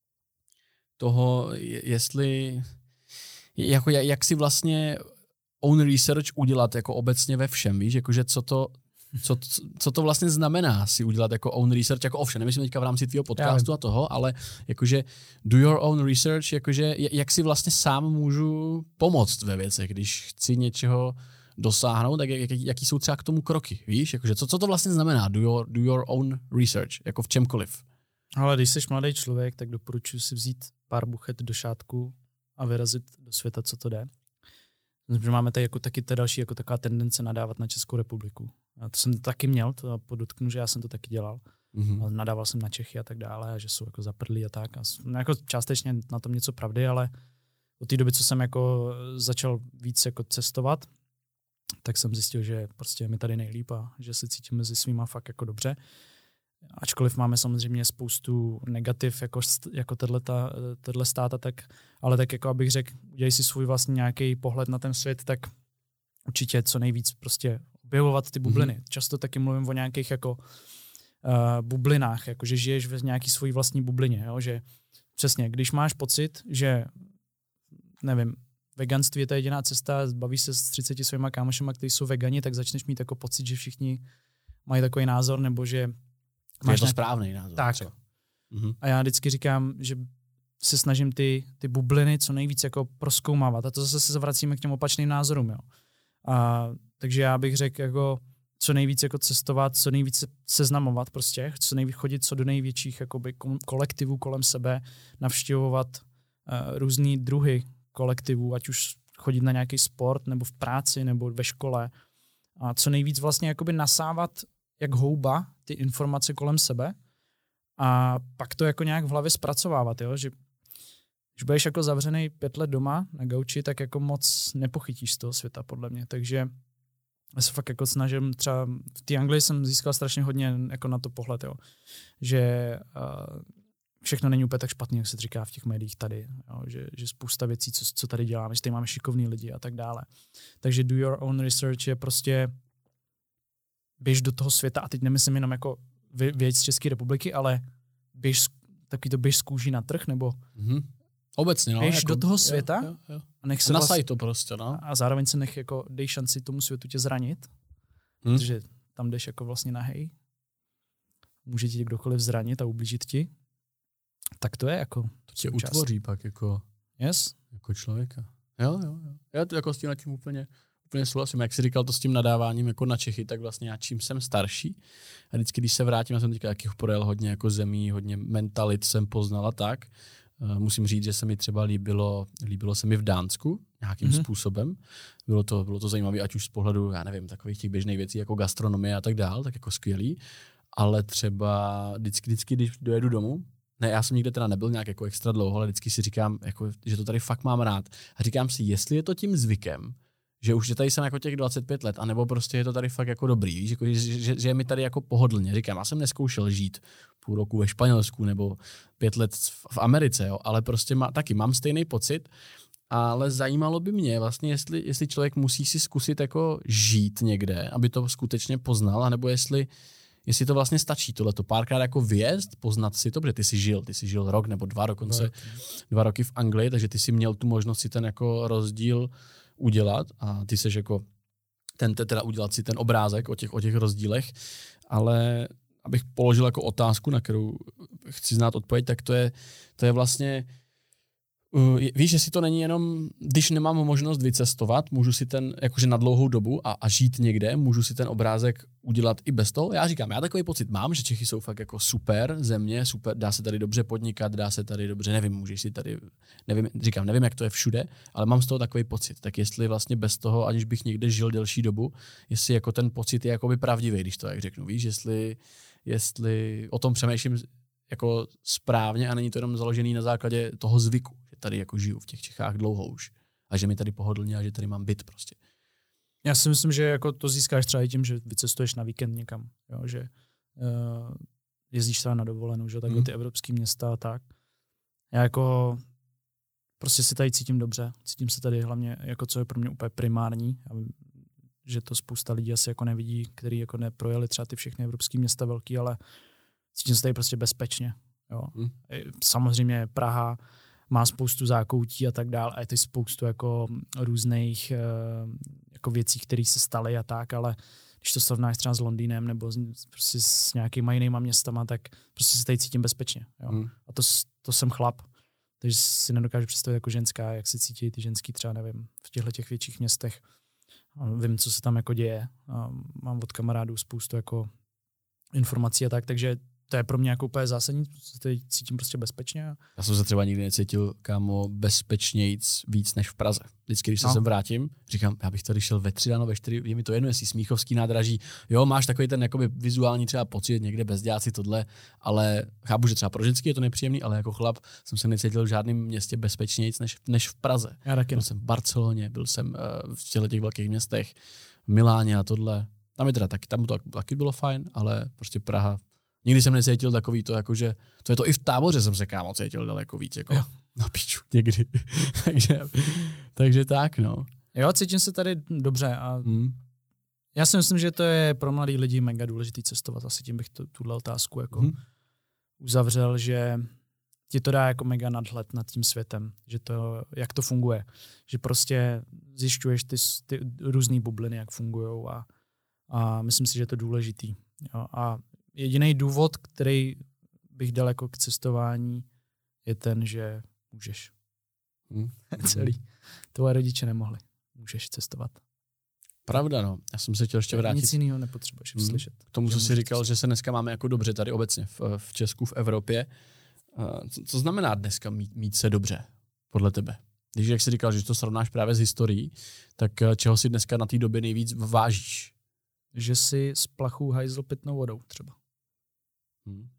toho, jestli, jako jak si vlastně own research udělat jako obecně ve všem, víš, jakože co to, co, co to vlastně znamená si udělat jako own research, jako ovšem, nemyslím teďka v rámci tvýho podcastu a toho, ale jakože do your own research, jakože jak si vlastně sám můžu pomoct ve věcech, když chci něčeho dosáhnout, tak jak, jaký jsou třeba k tomu kroky, víš? Jakože co, co to vlastně znamená do your, do your own research, jako v čemkoliv?
Ale když jsi mladý člověk, tak doporučuji si vzít pár buchet do šátku a vyrazit do světa, co to jde. Myslím, že máme tady jako taky ta další jako taková tendence nadávat na Českou republiku. A to jsem taky měl, to podotknu, že já jsem to taky dělal. Mm-hmm. Nadával jsem na Čechy a tak dále, a že jsou jako zaprdlí a tak. A jako částečně na tom něco pravdy, ale od té doby, co jsem jako začal víc jako cestovat, tak jsem zjistil, že prostě je mi tady nejlíp a že se cítím mezi svýma fakt jako dobře. ačkoliv máme samozřejmě spoustu negativ jako, jako tenhle stát, tak, ale tak jako abych řekl, udělej si svůj vlastní nějaký pohled na ten svět, tak určitě co nejvíc prostě objevovat ty bubliny. Mm-hmm. Často taky mluvím o nějakých jako uh, bublinách, jako že žiješ v nějaký svojí vlastní bublině, jo? Že přesně, když máš pocit, že nevím, veganství je ta jediná cesta, bavíš se s třiceti svýma kámošema, kteří jsou vegani, tak začneš mít jako pocit, že všichni mají takový názor, nebo že
máš je to nějaký správný názor.
Tak. Mm-hmm. A já vždycky říkám, že se snažím ty, ty bubliny co nejvíc jako prozkoumávat. A to zase se zavracíme k těm opačným názorům. Jo. A, takže já bych řekl, jako, co nejvíc jako cestovat, co nejvíc seznamovat prostě, co nejvíc chodit co do největších jakoby, kolektivů kolem sebe, navštěvovat uh, různý druhy kolektivů, ať už chodit na nějaký sport, nebo v práci, nebo ve škole. A co nejvíc vlastně jakoby nasávat jak houba ty informace kolem sebe a pak to jako nějak v hlavě zpracovávat, jo? Že když budeš jako zavřený pět let doma na gauči, tak jako moc nepochytíš z toho světa, podle mě. Takže já se fakt jako snažím, třeba v té Anglii jsem získal strašně hodně jako na to pohled, jo? Že uh, všechno není úplně tak špatný, jak se říká v těch médiích tady, jo? Že, že spousta věcí, co, co tady děláme, že tady máme šikovný lidi a tak dále. Takže do your own research je prostě běž do toho světa, a teď nemyslím jenom jako věc z České republiky, ale běž, taky to běž z kůží na trh, nebo
mm-hmm. obecně, no.
Běž
jako,
do toho světa
jo, jo, jo.
a nech se
Nasaj to prostě, no.
A zároveň se nech jako, dej šanci tomu světu tě zranit, hmm. protože tam jdeš jako vlastně nahej. Může ti kdokoliv zranit a ublížit ti. Tak to je jako
to tě utvoří pak jako,
yes?
jako člověka. Jo, jo, jo. Já to jako s tím tím úplně úplně souhlasím. Jak jsi říkal to s tím nadáváním jako na Čechy, tak vlastně já čím jsem starší a vždycky, když se vrátím, já jsem teďka taky projel hodně jako zemí, hodně mentalit jsem poznala tak. Uh, musím říct, že se mi třeba líbilo, líbilo se mi v Dánsku nějakým mm-hmm. způsobem. Bylo to, bylo to zajímavé, ať už z pohledu, já nevím, takových těch běžných věcí jako gastronomie a tak dál, tak jako skvělý. Ale třeba vždycky, vždycky, když dojedu domů, ne, já jsem nikde teda nebyl nějak jako extra dlouho, ale vždycky si říkám, jako, že to tady fakt mám rád. A říkám si, jestli je to tím zvykem, že už tady jsem jako těch dvacet pět let, anebo prostě je to tady fakt jako dobrý, víš, jako, že, že, že je mi tady jako pohodlně. Říkám, já jsem neskoušel žít půl roku ve Španělsku nebo pět let v Americe, jo, ale prostě má, taky mám stejný pocit, ale zajímalo by mě vlastně, jestli, jestli člověk musí si zkusit jako žít někde, aby to skutečně poznal, anebo jestli, jestli to vlastně stačí tohleto párkrát jako vyjezd, poznat si to, protože ty jsi žil, ty jsi žil rok nebo dva dokonce, right. dva roky v Anglii, takže ty jsi měl tu možnost si ten jako rozdíl udělat a ty seš jako ten, teda udělat si ten obrázek o těch, o těch rozdílech, ale abych položil jako otázku, na kterou chci znát odpověď, tak to je, to je vlastně, uh, víš, že si to není jenom, když nemám možnost vycestovat, můžu si ten, jakože na dlouhou dobu a, a žít někde, můžu si ten obrázek udělat i bez toho. Já říkám, já takový pocit mám, že Čechy jsou fakt jako super země, super, dá se tady dobře podnikat, dá se tady dobře, nevím, můžeš si tady, nevím, říkám, nevím, jak to je všude, ale mám z toho takový pocit. Tak jestli vlastně bez toho, aniž bych někde žil delší dobu, jestli jako ten pocit je jakoby pravdivý, když to tak řeknu, víš, jestli, jestli o tom přemýšlím jako správně a není to jenom založený na základě toho zvyku, že tady jako žiju v těch Čechách dlouho už a že mi tady pohodlně a že tady mám byt prostě.
Já si myslím, že jako to získáš třeba i tím, že vycestuješ na víkend někam, jo, že uh, jezdíš třeba na dovolenou, že takhle mm. ty evropské města a tak. Já jako prostě si tady cítím dobře, cítím se tady hlavně, jako co je pro mě úplně primární, že to spousta lidí asi jako nevidí, který jako neprojeli třeba ty všechny evropské města velký, ale cítím se tady prostě bezpečně. Jo. Mm. Samozřejmě Praha má spoustu zákoutí a tak dále a je to spoustu jako různých jako věcí, které se staly a tak, ale když to srovnáš třeba s Londýnem nebo s, prostě s nějakýma jinýma městama, tak prostě se tady cítím bezpečně. Jo. Mm. A to, to jsem chlap, takže si nedokážu představit jako ženská, jak se cítí ty ženský třeba, nevím, v těchto těch větších městech. A vím, co se tam jako děje. A mám od kamarádů spoustu jako informací a tak, takže to je pro mě jako úplně zásadní, se tady cítím prostě bezpečně.
Já jsem se třeba nikdy necítil, kámo, bezpečnějc víc než v Praze. Vždycky, když se
no.
sem vrátím, říkám, já bych tady šel ve tři ráno, ve čtyři, je mi to jedno, jestli Smíchovský nádraží, jo, máš takový ten jakoby vizuální třeba pocit, někde bezděláci tohle, ale chápu, že třeba pro ženský je to nepříjemný, ale jako chlap jsem se necítil v žádném městě bezpečnějc než, než v Praze.
Já taky.
Byl jsem v Barceloně, byl jsem uh, v těchto těch velkých městech, v Miláně a tohle. Tam je teda taky, tam to taky bylo fajn, ale prostě Praha Nikdy jsem necítil takový to, jakože, to je to i v Táboře jsem se kámo cítil daleko víc, jako jo. Na piču, někdy. takže, takže tak, no.
Jo, cítím se tady dobře a hmm. já si myslím, že to je pro mladý lidi mega důležitý cestovat. Asi tím bych to, tuhle otázku jako hmm. uzavřel, že ti to dá jako mega nadhled nad tím světem, že to, jak to funguje. Že prostě zjišťuješ ty, ty různý bubliny, jak fungujou a, a myslím si, že je to důležitý. Jo, a jediný důvod, který bych dal jako k cestování, je ten, že můžeš. Hmm. Celý. Tvoje rodiče nemohli. Můžeš cestovat.
Pravda, no. Já jsem se chtěl ještě vrátit.
Nic jiného nepotřebuješ hmm. slyšet.
K tomu, co jsi říkal, že se dneska máme jako dobře tady obecně v, v Česku, v Evropě. Co, co znamená dneska mít, mít se dobře, podle tebe? Když, jak jsi říkal, že to srovnáš právě s historií, tak čeho si dneska na té době nejvíc vážíš?
Že si z plachů hajzl pitnou vodou třeba. Hmm.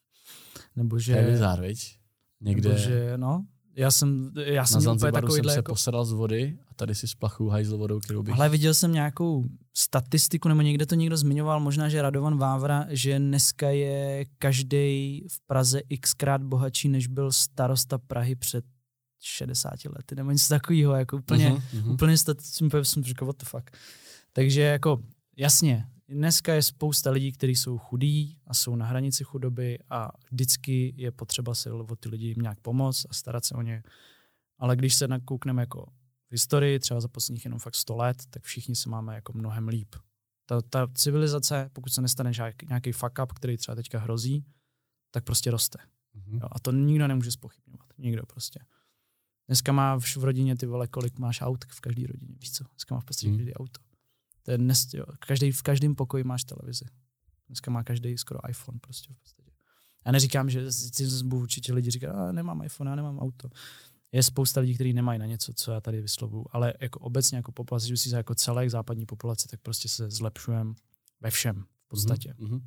Nebo že...
To je bizár, viď? Někde...
Nebo že, no... Já jsem, já jsem
na Zanzibaru jsem se
jako...
posadal z vody a tady si splachu hajzl vodou, kterou bych...
Ale viděl jsem nějakou statistiku, nebo někde to někdo zmiňoval, možná, že Radovan Vávra, že dneska je každej v Praze xkrát bohatší, než byl starosta Prahy před šedesáti lety, nebo něco takového, jako úplně, uh-huh, úplně statisticky jsem říkal, what the fuck. Takže jako, jasně, dneska je spousta lidí, kteří jsou chudí a jsou na hranici chudoby a vždycky je potřeba se o ty lidi nějak pomoct a starat se o ně. Ale když se nakoukneme jako v historii, třeba za posledních jenom fakt sto let, tak všichni se máme jako mnohem líp. Ta, ta civilizace, pokud se nestane nějaký fuck up, který třeba teďka hrozí, tak prostě roste. Mm-hmm. Jo, a to nikdo nemůže zpochybňovat. Nikdo prostě. Dneska máš v rodině ty vole, kolik máš aut v každé rodině, víš co? Dneska máš v podstatě mm. každý auto. To je dnes, jo, každý, v každém pokoji máš televizi. Dneska má každý skoro iPhone prostě v podstatě. Já neříkám, že určitě lidi říkají, a nemám iPhone, já nemám auto. Je spousta lidí, kteří nemají na něco, co já tady vyslovuju, ale jako obecně jako populace, že si jako celé západní populace, tak prostě se zlepšujeme ve všem v podstatě. Mm-hmm.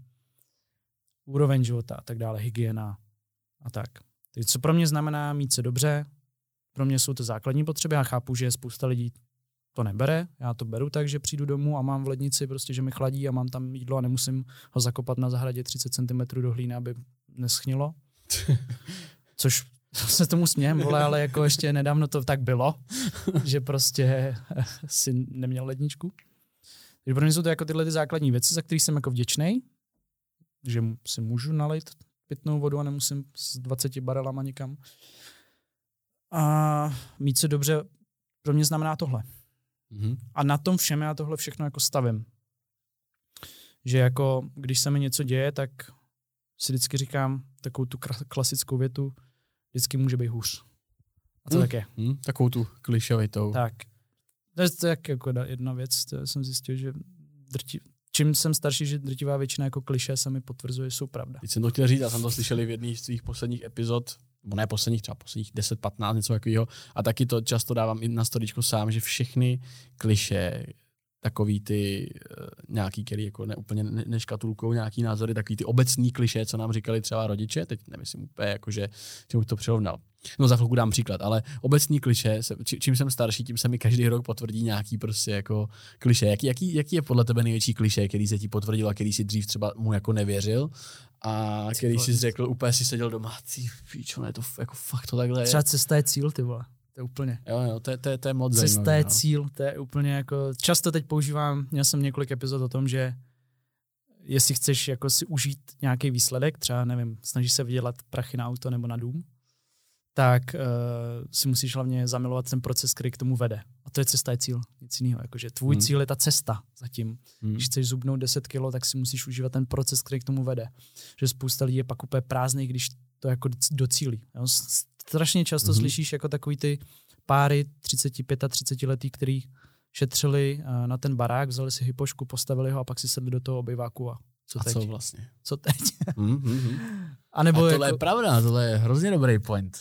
Úroveň života a tak dále, hygiena a tak. Takže co pro mě znamená mít se dobře, pro mě jsou to základní potřeby. Já chápu, že spousta lidí to nebere, já to beru tak, že přijdu domů a mám v lednici prostě, že mi chladí a mám tam jídlo a nemusím ho zakopat na zahradě třicet centimetrů do hlíny, aby neschnilo. Což se tomu smějem, vole, ale jako ještě nedávno to tak bylo, že prostě si neměl ledničku. Takže pro mě jsou to jako tyhle ty základní věci, za které jsem jako vděčnej, že si můžu nalejt pitnou vodu a nemusím s dvaceti barelama nikam. A mít se dobře pro mě znamená tohle. Mm-hmm. A na tom všem já tohle všechno jako stavím. Že jako, když se mi něco děje, tak si vždycky říkám takovou tu klasickou větu, vždycky může být hůř. A to mm. tak je.
Mm, takovou tu klišovitou.
Tak. To je tak jako jedna věc, to jsem zjistil, že drti, čím jsem starší, že drtivá většina jako klišé se mi potvrzuje, jsou pravda.
Teď jsem to chtěl říct, já jsem to slyšel v jedných z svých posledních epizod, nebo ne posledních, třeba posledních deset patnáct, něco takového. A taky to často dávám i na storičko sám, že všechny kliše, takový ty uh, nějaký, který jako neúplně ne, neškatulkou nějaký názory, takový ty obecný kliše, co nám říkali třeba rodiče, teď nemyslím úplně jako, že čemu to přirovnal. No za chvilku dám příklad, ale obecný kliše, se, či, čím jsem starší, tím se mi každý rok potvrdí nějaký prostě jako kliše. Jaký, jaký, jaký je podle tebe největší kliše, který se ti potvrdil a který si dřív třeba mu jako nevěřil a který si řekl, úplně si seděl doma, ty píčo, ne, to jako fakt to takhle je.
Třeba cesta je cíl, ty vole. To je úplně.
Jo, jo, to je, to je, to je moc
zajímavé. Cesta je
no.
cíl, to je úplně jako, často teď používám, měl jsem několik epizod o tom, že jestli chceš jako si užít nějaký výsledek, třeba nevím, snažíš se vydělat prachy na auto nebo na dům, tak uh, si musíš hlavně zamilovat ten proces, který k tomu vede. A to je cesta je cíl, nic jiného. Jakože tvůj hmm. cíl je ta cesta zatím. Hmm. Když chceš zubnout deset kilo, tak si musíš užívat ten proces, který k tomu vede. Že spousta lidí je pak úplně prázdný, když to jako docílí. Jo? Strašně často hmm. slyšíš jako takový ty páry třicet pět a třicet letý, který šetřili uh, na ten barák, vzali si hypošku, postavili ho a pak si sedli do toho obyváku a co
a
teď?
co vlastně?
Co teď?
Mm-hmm.
a, nebo
a tohle
jako...
je pravda, tohle je hrozně dobrý point.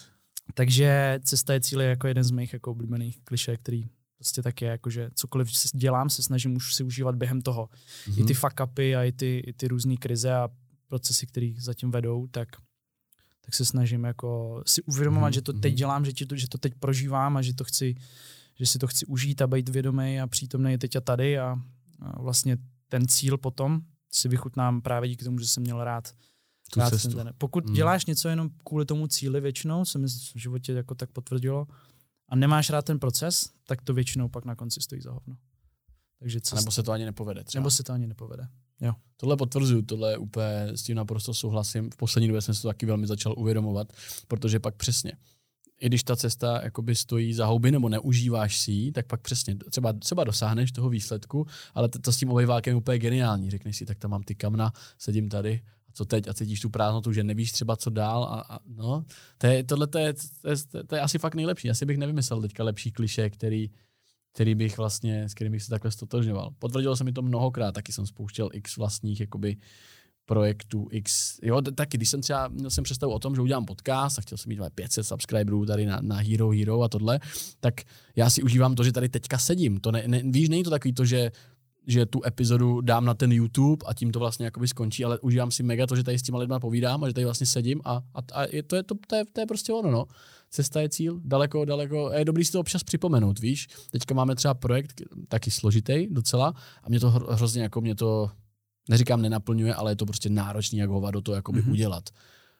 Takže cesta je cíl je jako jeden z mých jako oblíbených klišé, který prostě tak je, jako že cokoliv dělám, se snažím už si užívat během toho. Mm-hmm. I ty fuck upy a i ty, i ty různý krize a procesy, které zatím vedou, tak, tak se snažím jako si uvědomovat, mm-hmm. že to teď dělám, že, to, že to teď prožívám a že to chci, že si to chci užít a být vědomý a přítomný teď a tady a, a vlastně ten cíl potom si vychutnám právě díky tomu, že jsem měl rád
tu cestu.
Pokud hmm. děláš něco jenom kvůli tomu cíli většinou, co mi v životě jako tak potvrdilo, a nemáš rád ten proces, tak to většinou pak na konci stojí za hovno. Takže
cest... Nebo se to ani nepovede třeba.
Nebo se to ani nepovede. Jo.
Tohle potvrzuju, tohle úplně s tím naprosto souhlasím. V poslední době jsem se to taky velmi začal uvědomovat, protože pak přesně, i když ta cesta jakoby stojí za houby nebo neužíváš si ji, tak pak přesně třeba, třeba dosáhneš toho výsledku, ale to, to s tím obejvákem je úplně geniální. Řekneš si, tak tam mám ty kamna, sedím tady, a co teď? A cítíš tu prázdnotu, že nevíš třeba co dál. A, a no, to je, tohle to je, to, je, to je asi fakt nejlepší. Asi bych nevymyslel teďka lepší klišé, který, který bych vlastně, s kterým bych se takhle stotožňoval. Potvrdilo se mi to mnohokrát, taky jsem spouštěl x vlastních jakoby projektů X. Jo, taky, když jsem třeba, měl jsem představu o tom, že udělám podcast a chtěl jsem mít pět set subscriberů tady na, na Hero Hero a tohle, tak já si užívám to, že tady teďka sedím. To ne, ne, víš, není to takový to, že, že tu epizodu dám na ten YouTube a tím to vlastně jakoby skončí, ale užívám si mega to, že tady s těma lidma povídám a že tady vlastně sedím a, a, a je, to, je, to, to, je, to je prostě ono, no. Cesta je cíl, daleko, daleko, je dobrý si to občas připomenout, víš. Teďka máme třeba projekt taky složitý docela a mě to hrozně jako mě to neříkám nenaplňuje, ale je to prostě náročný, jak hovado to jakoby mm-hmm. udělat.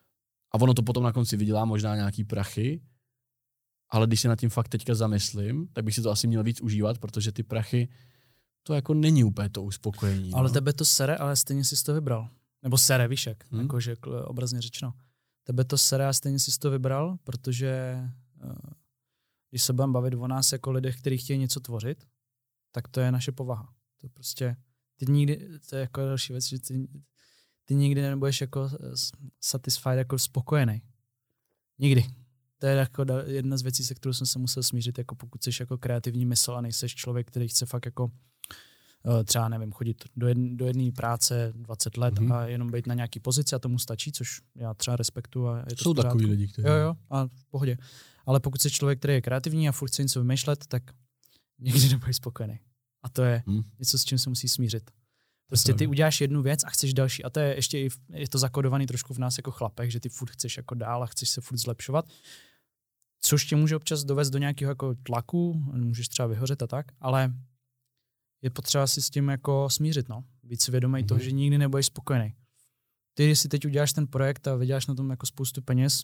A ono to potom na konci vydělá možná nějaký prachy, ale když se nad tím fakt teďka zamyslím, tak bych si to asi měl víc užívat, protože ty prachy, to jako není úplně to uspokojení.
Ale
no.
Tebe to sere, ale stejně jsi to vybral. Nebo sere, víš jak, hmm. jakože obrazně řečeno. Tebe to sere a stejně jsi to vybral, protože když se budeme bavit o nás jako lidech, kteří chtějí něco tvořit, tak to je naše povaha. To prostě Ty nikdy, to je jako další věc, že ty, ty nikdy nebudeš jako satisfied, jako spokojený. Nikdy. To je jako jedna z věcí, se kterou jsem se musel smířit, jako pokud jsi jako kreativní mysl a nejseš člověk, který chce fakt jako třeba, nevím, chodit do, jedn, do jedné práce dvacet let mm-hmm. a jenom být na nějaký pozici a tomu stačí, což já třeba respektuju. A je to
jsou takový lidi, kteří...
Jo, jo, a v pohodě. Ale pokud jsi člověk, který je kreativní a furt chce něco vymýšlet, tak nikdy nebudeš spokojený. A to je hmm. něco, s čím se musí smířit. Prostě ty uděláš jednu věc a chceš další. A to je ještě i, je to zakodovaný trošku v nás jako chlapech, že ty furt chceš jako dál a chceš se furt zlepšovat. Což tě může občas dovést do nějakého jako tlaku, můžeš třeba vyhořet a tak, ale je potřeba si s tím jako smířit, no. Být si vědomý hmm. toho, že nikdy nebudeš spokojený. Ty, si teď uděláš ten projekt a vyděláš na tom jako spoustu peněz,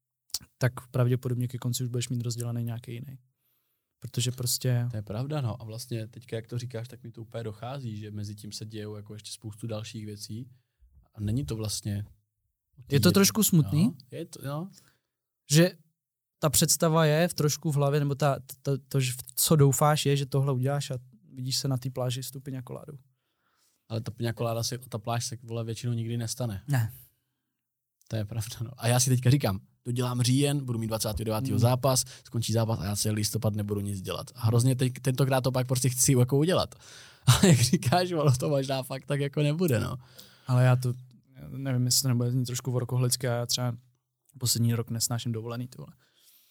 tak pravděpodobně ke konci už budeš mít rozdělený nějaký jiný. Protože prostě...
To je pravda, no. A vlastně teďka, jak to říkáš, tak mi to úplně dochází, že mezi tím se dějou jako ještě spoustu dalších věcí. A není to vlastně...
Je to trošku smutný,
no, je to, no.
Že ta představa je v trošku v hlavě, nebo ta, to, to, co doufáš, je, že tohle uděláš a vidíš se na té pláži s tou piňakoládou.
Ale ta piňakoláda se, ta pláž se vole většinou nikdy nestane.
Ne.
To je pravda, no. A já si teďka říkám, dodělám říjen, budu mít dvacátého devátého Hmm. zápas, skončí zápas a já celý listopad nebudu nic dělat. A hrozně teď, tentokrát to pak prostě chci jako udělat. A jak říkáš, ono to možná fakt tak jako nebude, no.
Ale já to, nevím, jestli to nebude znít trošku vorkoholicky, a já třeba poslední rok nesnáším dovolený, ty vole.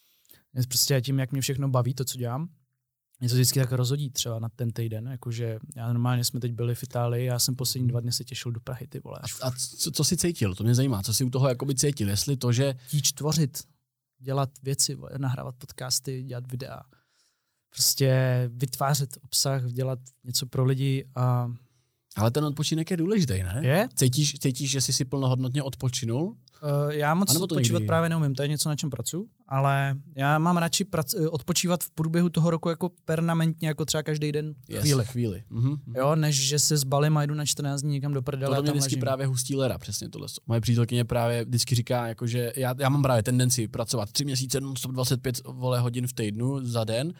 Prostě tím, jak mě všechno baví, to, co dělám, mě to vždycky tak rozhodí třeba na ten týden, jakože já normálně jsme teď byli v Itálii, já jsem poslední dva dny se těšil do Prahy, ty vole.
A, a co, co jsi cítil? To mě zajímá, co jsi u toho jakoby cítil, jestli to, že...
Tíč tvořit, dělat věci, nahrávat podcasty, dělat videa, prostě vytvářet obsah, dělat něco pro lidi a...
Ale ten odpočinek je důležitý, ne?
Je?
Cítíš, cítíš, že jsi si plnohodnotně odpočinul?
Uh, já moc odpočívat právě neumím, to je něco, na čem pracuji, ale já mám radši prac- odpočívat v průběhu toho roku jako permanentně, jako třeba každý den chvíli.
Yes, chvíli. Mm-hmm.
Jo, než že se zbalím a jdu na čtrnáct dní někam do prdele.
To mě vždycky ležím. Právě hustí lera, přesně tohle. Moje přítelkyně právě vždycky říká, jako, že já, já mám právě tendenci pracovat tři měsíce, sto dvacet pět vole hodin v týdnu za den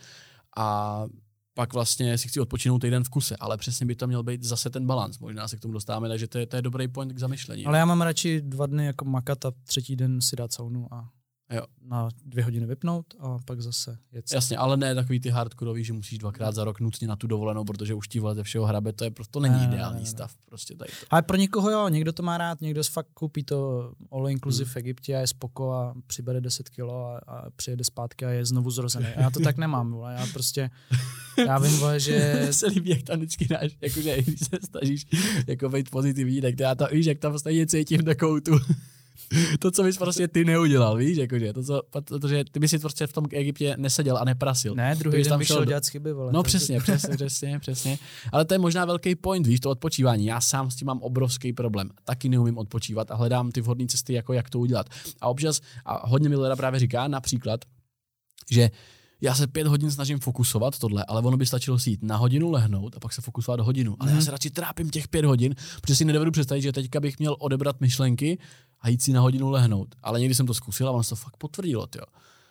a pak vlastně si chci odpočinout týden v kuse, ale přesně by to měl být zase ten balans. Možná se k tomu dostáváme, takže to je, to je dobrý point k zamyšlení.
Ale já mám radši dva dny jako makat a třetí den si dát saunu a
jo.
na dvě hodiny vypnout a pak zase jet.
Jasně, ale ne takový ty hardkorový, že musíš dvakrát za rok nutně na tu dovolenou, protože už ti vole ze všeho hrabe, to je prostě to není ne, ideální ne, ne, stav. Prostě tady to.
Ale pro někoho jo, někdo to má rád, někdo fakt koupí to all inclusive hmm. v Egyptě a je spoko a přibere deset kilo a, a přijede zpátky a je znovu zrozený. A já to tak nemám, vole. Já prostě, já vím, vole, že...
se líbí, jak tam vždycky dáš, jakože když se snažíš jako být pozitivní, tak já to víš, jak tam stejně cítím takovou tu... to, co bys prostě ty neudělal, víš, jakože, to, co, protože ty bys si prostě v tom Egyptě neseděl a neprasil.
Ne, druhý den bych šel dělat chyby, vole.
No přesně, přesně, přesně, přesně. Ale to je možná velký point, víš, to odpočívání. Já sám s tím mám obrovský problém. Taky neumím odpočívat a hledám ty vhodné cesty, jako jak to udělat. A občas, a hodně mi lidé právě říká, například, že já se pět hodin snažím fokusovat tohle, ale ono by stačilo si jít na hodinu lehnout a pak se fokusovat hodinu. Ale mm. já se radši trápím těch pět hodin, protože si nedovedu představit, že teďka bych měl odebrat myšlenky a jít si na hodinu lehnout. Ale někdy jsem to zkusil a vám se to fakt potvrdilo, tyjo.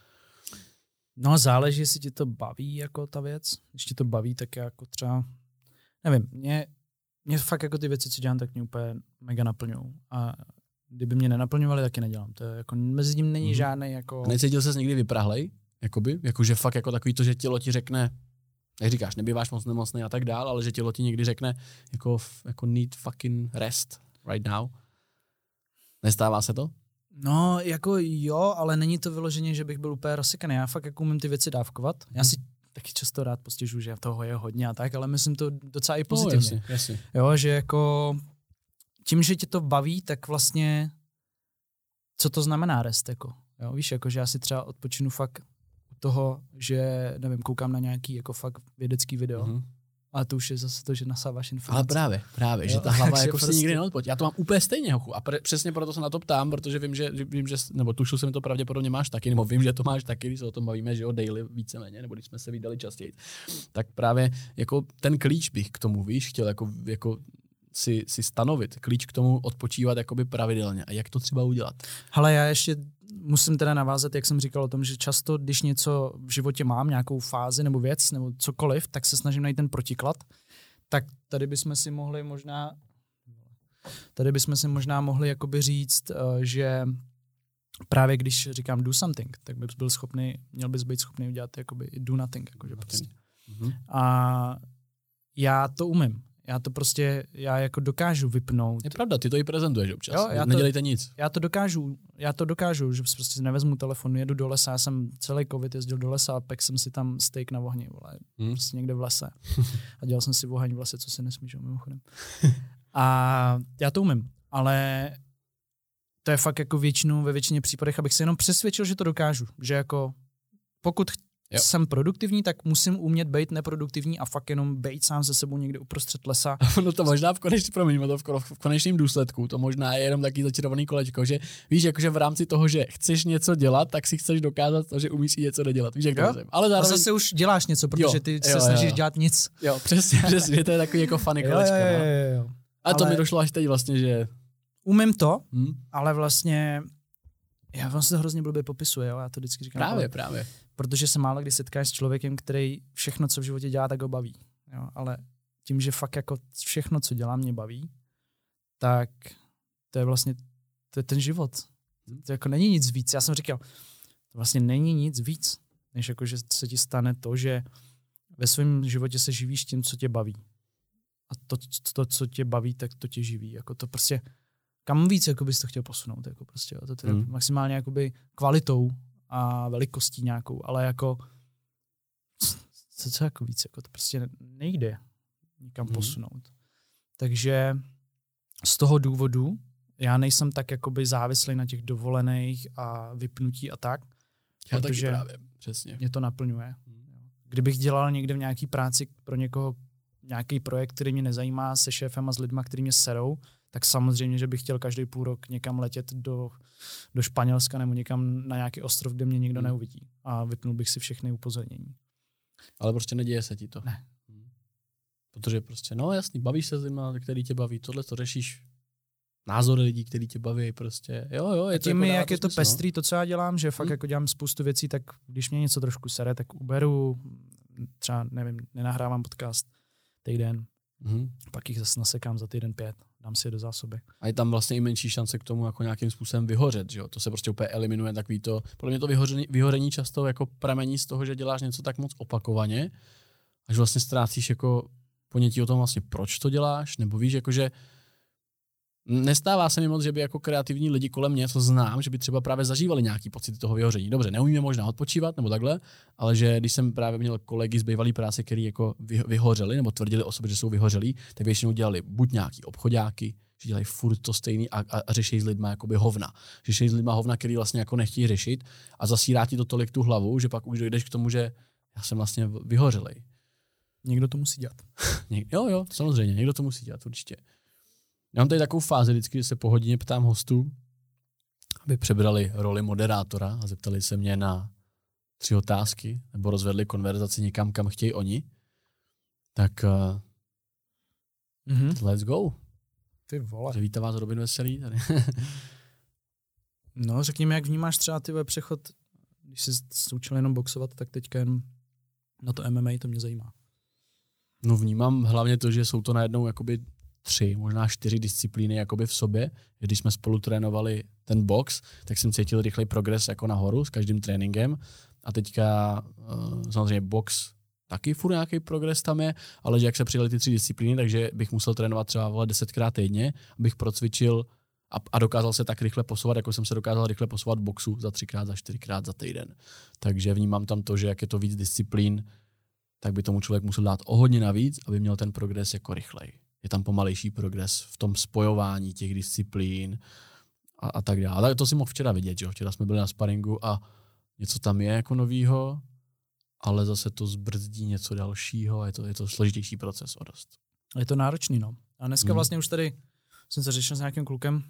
No záleží, jestli ti to baví jako ta věc. Když ti to baví, tak jako třeba, nevím, mě, mě fakt jako ty věci, co dělám, tak mě úplně mega naplňují. A kdyby mě nenaplňovaly, taky nedělám. To je jako, mezi tím není mm. žádný jako...
A necítil ses někdy vyprahlej? Jakoby? Jakože fakt jako takový to, že tělo ti řekne, jak říkáš, nebýváš moc nemocný a tak dál, ale že tělo ti někdy řekne jako, jako need fucking rest right now. Nestává se to?
No, jako jo, ale není to vyloženě, že bych byl úplně rozsekaný. Já fakt jako umím ty věci dávkovat. Já si taky často rád postěžuji, že toho je hodně a tak, ale myslím to docela i pozitivně.
No, jasně, jasně.
Jo, že jako tím, že tě to baví, tak vlastně co to znamená rest, jako. Jo, víš, jako, že já si třeba odpočinu fakt toho, že, nevím, koukám na nějaký jako fakt vědecký video. Mm-hmm. Ale to už je zase to, že nasáváš informace.
Ale právě, právě, jo, že ta hlava jako prostě nikdy neodpočí. Já to mám úplně stejně, hochu. A pre, přesně proto se na to ptám, protože vím, že, vím, že, nebo tušil jsem to pravděpodobně máš taky, nebo vím, že to máš taky, když se o tom bavíme, že jo, daily víceméně, nebo když jsme se vydali častěji. Tak právě jako ten klíč bych k tomu, víš, chtěl jako, jako si, si stanovit, klíč k tomu odpočívat jakoby pravidelně. A jak to třeba udělat?
Hele, já ještě musím teda navázat, jak jsem říkal o tom, že často, když něco v životě mám, nějakou fázi nebo věc, nebo cokoliv, tak se snažím najít ten protiklad. Tak tady bychom si mohli možná tady bychom si možná mohli jakoby říct, že právě když říkám do something, tak bys byl schopný, měl bys být schopný udělat jakoby do nothing. Jakože prostě. Mm-hmm. A já to umím. Já to prostě, já jako dokážu vypnout.
Je pravda, ty to i prezentuješ občas.
Jo, já
Nedělejte to, nic.
Já to dokážu, já to dokážu, že prostě nevezmu telefon, jedu do lesa, já jsem celý covid jezdil do lesa a pek jsem si tam steak na ohni, vole, hmm. prostě někde v lese. A dělal jsem si oheň v lese, co si nesmíš, mimochodem. A já to umím, ale to je fakt jako většinou, ve většině případech, abych se jenom přesvědčil, že to dokážu. Že jako pokud jo. jsem produktivní, tak musím umět být neproduktivní a fakt jenom být sám se sebou někde uprostřed lesa.
No to možná v konečném, promiň, to v, v konečném důsledku, to možná je jenom taky začarovaný kolečko, že víš, jakože v rámci toho, že chceš něco dělat, tak si chceš dokázat to, že umíš i něco nedělat. Víš, jak to myslím. Ale zároveň...
A zase už děláš něco, protože jo, ty jo, se jo, snažíš jo. dělat nic.
Jo, přesně, přesně, to je takový jako funny kolečko. Jo, jo, jo, jo. A to ale... mi došlo až teď vlastně, že...
Umím to, hmm. ale vlastně... Já vám se to hrozně blbě popisuje, jo? Já to vždycky říkám.
Právě,
ale,
právě.
Protože se málo kdy setkáš s člověkem, který všechno, co v životě dělá, tak ho baví. Jo? Ale tím, že fakt jako všechno, co dělá, mě baví, tak to je vlastně to je ten život. To jako není nic víc. Já jsem říkal, to vlastně není nic víc, než jako, že se ti stane to, že ve svém životě se živíš tím, co tě baví. A to, to co tě baví, tak to tě živí. Jako to prostě kam víc jako bys to chtěl posunout, jako prostě, jo. To je hmm. maximálně jakoby kvalitou a velikostí nějakou, ale jako co, co jako víc, jako to prostě nejde nikam hmm. posunout. Takže z toho důvodu já nejsem tak jakoby závislý na těch dovolených a vypnutí a tak,
já protože taky právě, přesně.
mě to naplňuje. Hmm. Kdybych dělal někde v nějaký práci pro někoho nějaký projekt, který mě nezajímá, se šéfem a s lidma, který mě serou, tak samozřejmě, že bych chtěl každý půl rok někam letět do, do Španělska nebo někam na nějaký ostrov, kde mě nikdo hmm. neuvidí. A vypnul bych si všechny upozornění.
Ale prostě neděje se ti to.
Ne.
Protože prostě, no jasný, bavíš se s lidmi, který tě baví, tohle to řešíš. Názory lidí, který tě baví, prostě, jo, jo. Je
tím,
to jako
jak je to
smysl,
pestrý, to, co já dělám, že fakt hmm. jako dělám spoustu věcí, tak když mě něco trošku sere, tak uberu, třeba, nevím, nenahrávám podcast týden, hmm. pak jich zase nasekám za týden pět. Dám si je do zásoby.
A je tam vlastně i menší šance k tomu jako nějakým způsobem vyhořet, že jo? To se prostě úplně eliminuje takový to, podle mě to vyhoření, vyhoření často jako pramení z toho, že děláš něco tak moc opakovaně, až vlastně ztrácíš jako ponětí o tom vlastně, proč to děláš, nebo víš, jakože nestává se mi moc, že by jako kreativní lidi kolem mě, co znám, že by třeba právě zažívali nějaký pocit toho vyhoření. Dobře, neumíme možná odpočívat nebo takhle, ale že když jsem právě měl kolegy z bývalé práce, kteří jako vyhořeli nebo tvrdili o sobě, že jsou vyhořelí, tak většinou dělali buď nějaký obchodáky, že dělají furt to stejný a, a, a řeší s lidma jakoby hovna. Řeší s lidma hovna, který vlastně jako nechtějí řešit a zasírá ti to tolik tu hlavu, že pak už dojdeš k tomu, že já jsem vlastně vyhořelej.
Někdo to musí dělat.
jo, jo, samozřejmě, někdo to musí dělat, určitě. Já mám tady takovou fázi vždycky, že se po hodině ptám hostů, aby přebrali roli moderátora a zeptali se mě na tři otázky, nebo rozvedli konverzaci někam, kam chtějí oni. Tak uh, mm-hmm. let's go.
Ty vole.
Vítá vás Robin Veselý tady.
No, řekni mi, jak vnímáš třeba ty přechod, když jsi učil jenom boxovat, tak teďka jen na to M M A, to mě zajímá.
No vnímám hlavně to, že jsou to najednou jakoby tři, možná čtyři disciplíny jakoby v sobě. Když jsme spolu trénovali ten box, tak jsem cítil rychlej progres jako nahoru s každým tréninkem. A teďka uh, samozřejmě box taky furt nějaký progres tam je, ale že jak se přidali ty tři disciplíny, takže bych musel trénovat třeba vole desetkrát týdně, abych procvičil a, a dokázal se tak rychle posouvat, jako jsem se dokázal rychle posouvat v boxu za třikrát, za čtyřikrát za týden. Takže vnímám tam to, že jak je to víc disciplín, tak by tomu člověk musel dát o hodně navíc, aby měl ten progres jako rychlej. Je tam pomalejší progres v tom spojování těch disciplín a, a tak dále. Ale to si mohl včera vidět, že? Včera jsme byli na sparingu a něco tam je jako novýho, ale zase to zbrzdí něco dalšího a je to, je to složitější proces o dost.
Je to náročný, no. A dneska hmm. vlastně už tady jsem se řešil s nějakým klukem,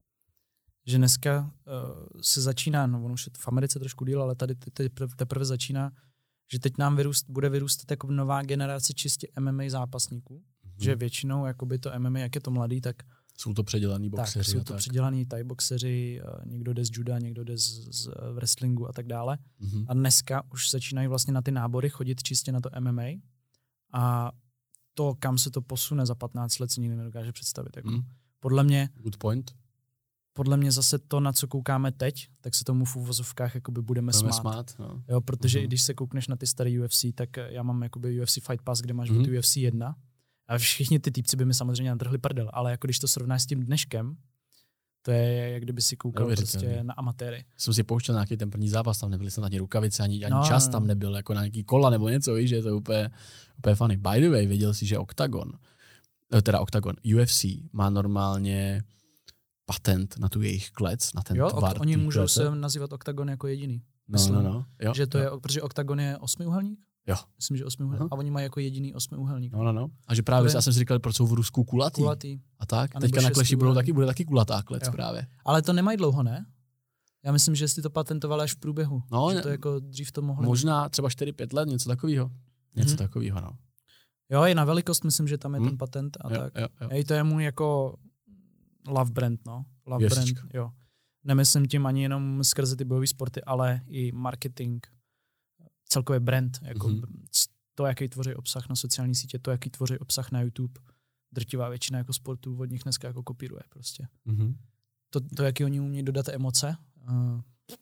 že dneska uh, se začíná, no on už je to v Americe trošku díl, ale tady teprve, teprve začíná, že teď nám vyrůst, bude vyrůstat jako nová generace čistě M M A zápasníků, hmm. že většinou jakoby to M M A, jak je to mladý, tak
jsou to předělaný boxeři.
Tak, jsou to tak. předělaný thai boxeři, někdo jde z juda, někdo jde z, z wrestlingu a tak dále. Mm-hmm. A dneska už začínají vlastně na ty nábory chodit čistě na to M M A a to, kam se to posune za patnáct let, si nikdy nedokáže představit. Jako. Mm. Podle mě,
Good point.
Podle mě zase to, na co koukáme teď, tak se tomu v uvozovkách jakoby budeme, budeme smát. smát no. Jo, protože mm-hmm. i když se koukneš na ty staré U F C, tak já mám jakoby U F C Fight Pass, kde máš mm-hmm. U F C jedna. A všichni ty týpci by mi samozřejmě nadrhli prdel, ale jako když to srovnáš s tím dneškem, to je, jak kdyby si koukal prostě na amatéry.
Jsem si pouštěl nějaký ten první zápas, tam nebyly snad ani rukavice, ani, ani no, čas tam nebyl, jako na nějaký kola nebo něco, víš, že je to úplně, úplně funny. By the way, věděl jsi, že Octagon, teda Octagon, U F C má normálně patent na tu jejich klec, na ten
jo,
tvar.
Jo, oni můžou klece. se nazývat Octagon jako jediný.
No, Myslím, no, no. Jo,
že to
jo.
je, protože Octagon je osmiúhelník?
Jo.
Myslím, že osmiúhelník. A oni mají jako jediný osmiúhelník.
No, no, no. A že právě já jsem si říkal, proč jsou v Rusku kulatý.
Kulatý.
A tak. A teďka na kleši budou taky, bude taky kulatá klec jo. právě.
Ale to nemají dlouho, ne? Já myslím, že jsi to patentovali až v průběhu.
No,
že to jako dřív to mohli.
Možná třeba čtyři pět let, něco takového. Něco hmm. takového, no.
Jo, i na velikost myslím, že tam je hmm. ten patent a
jo,
tak.
Jo, jo.
Ej, to je můj jako love brand, no. Love Věřička. brand, jo. Nemyslím tím ani jenom skrze ty bojové sporty, ale i marketing, celkově brand, jako mm-hmm. to, jaký tvoří obsah na sociální sítě, to, jaký tvoří obsah na YouTube. Drtivá většina jako sportů od nich dneska jako kopíruje prostě. Mm-hmm. To, to, jaký oni umí dodat emoce, uh,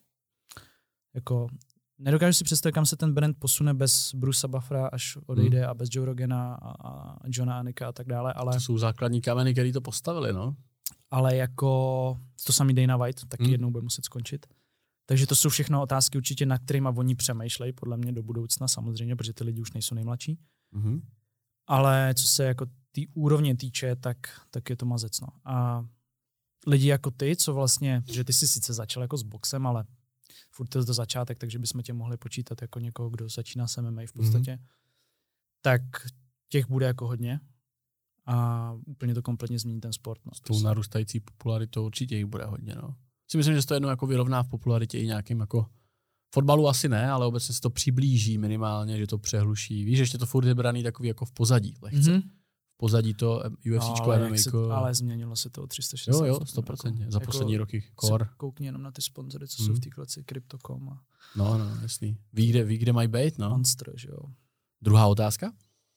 jako nedokážu si představit, kam se ten brand posune bez Brucea Buffera, až odejde mm. a bez Joe Rogana a, a Johna Anika a tak dále, ale...
To jsou základní kameny, který to postavili, no.
Ale jako to samý Dana White taky mm. jednou bude muset skončit. Takže to jsou všechno otázky určitě, na kterýma oni přemýšlejí, podle mě do budoucna samozřejmě, protože ty lidi už nejsou nejmladší. Mm-hmm. Ale co se jako té úrovně týče, tak, tak je to mazec. No. A lidi jako ty, co vlastně, že ty jsi sice začal jako s boxem, ale furt to je to začátek, takže bychom tě mohli počítat jako někoho, kdo začíná s M M A v podstatě, mm-hmm. tak těch bude jako hodně a úplně to kompletně změní ten sport. No.
S tou narůstající popularitou určitě jich bude hodně, no. Si myslím, že se to jednou jako vyrovná v popularitě i nějakým jako fotbalu asi ne, ale obecně se to přiblíží minimálně, že to přehluší. Víš, ještě to furt je braný takový jako v pozadí lehce. Mm-hmm. V pozadí to UFCčko,
no,
M M A. Ko...
Ale změnilo se to o tři sta šedesát.
Jo, jo, sto procent. Jako, za poslední jako roky. Core.
Koukni jenom na ty sponzory, co mm. jsou v té kleci, Crypto tečka com. A...
No, no, jasný. Ví, kde, ví, kde mají být, no.
Monster, že jo.
Druhá otázka?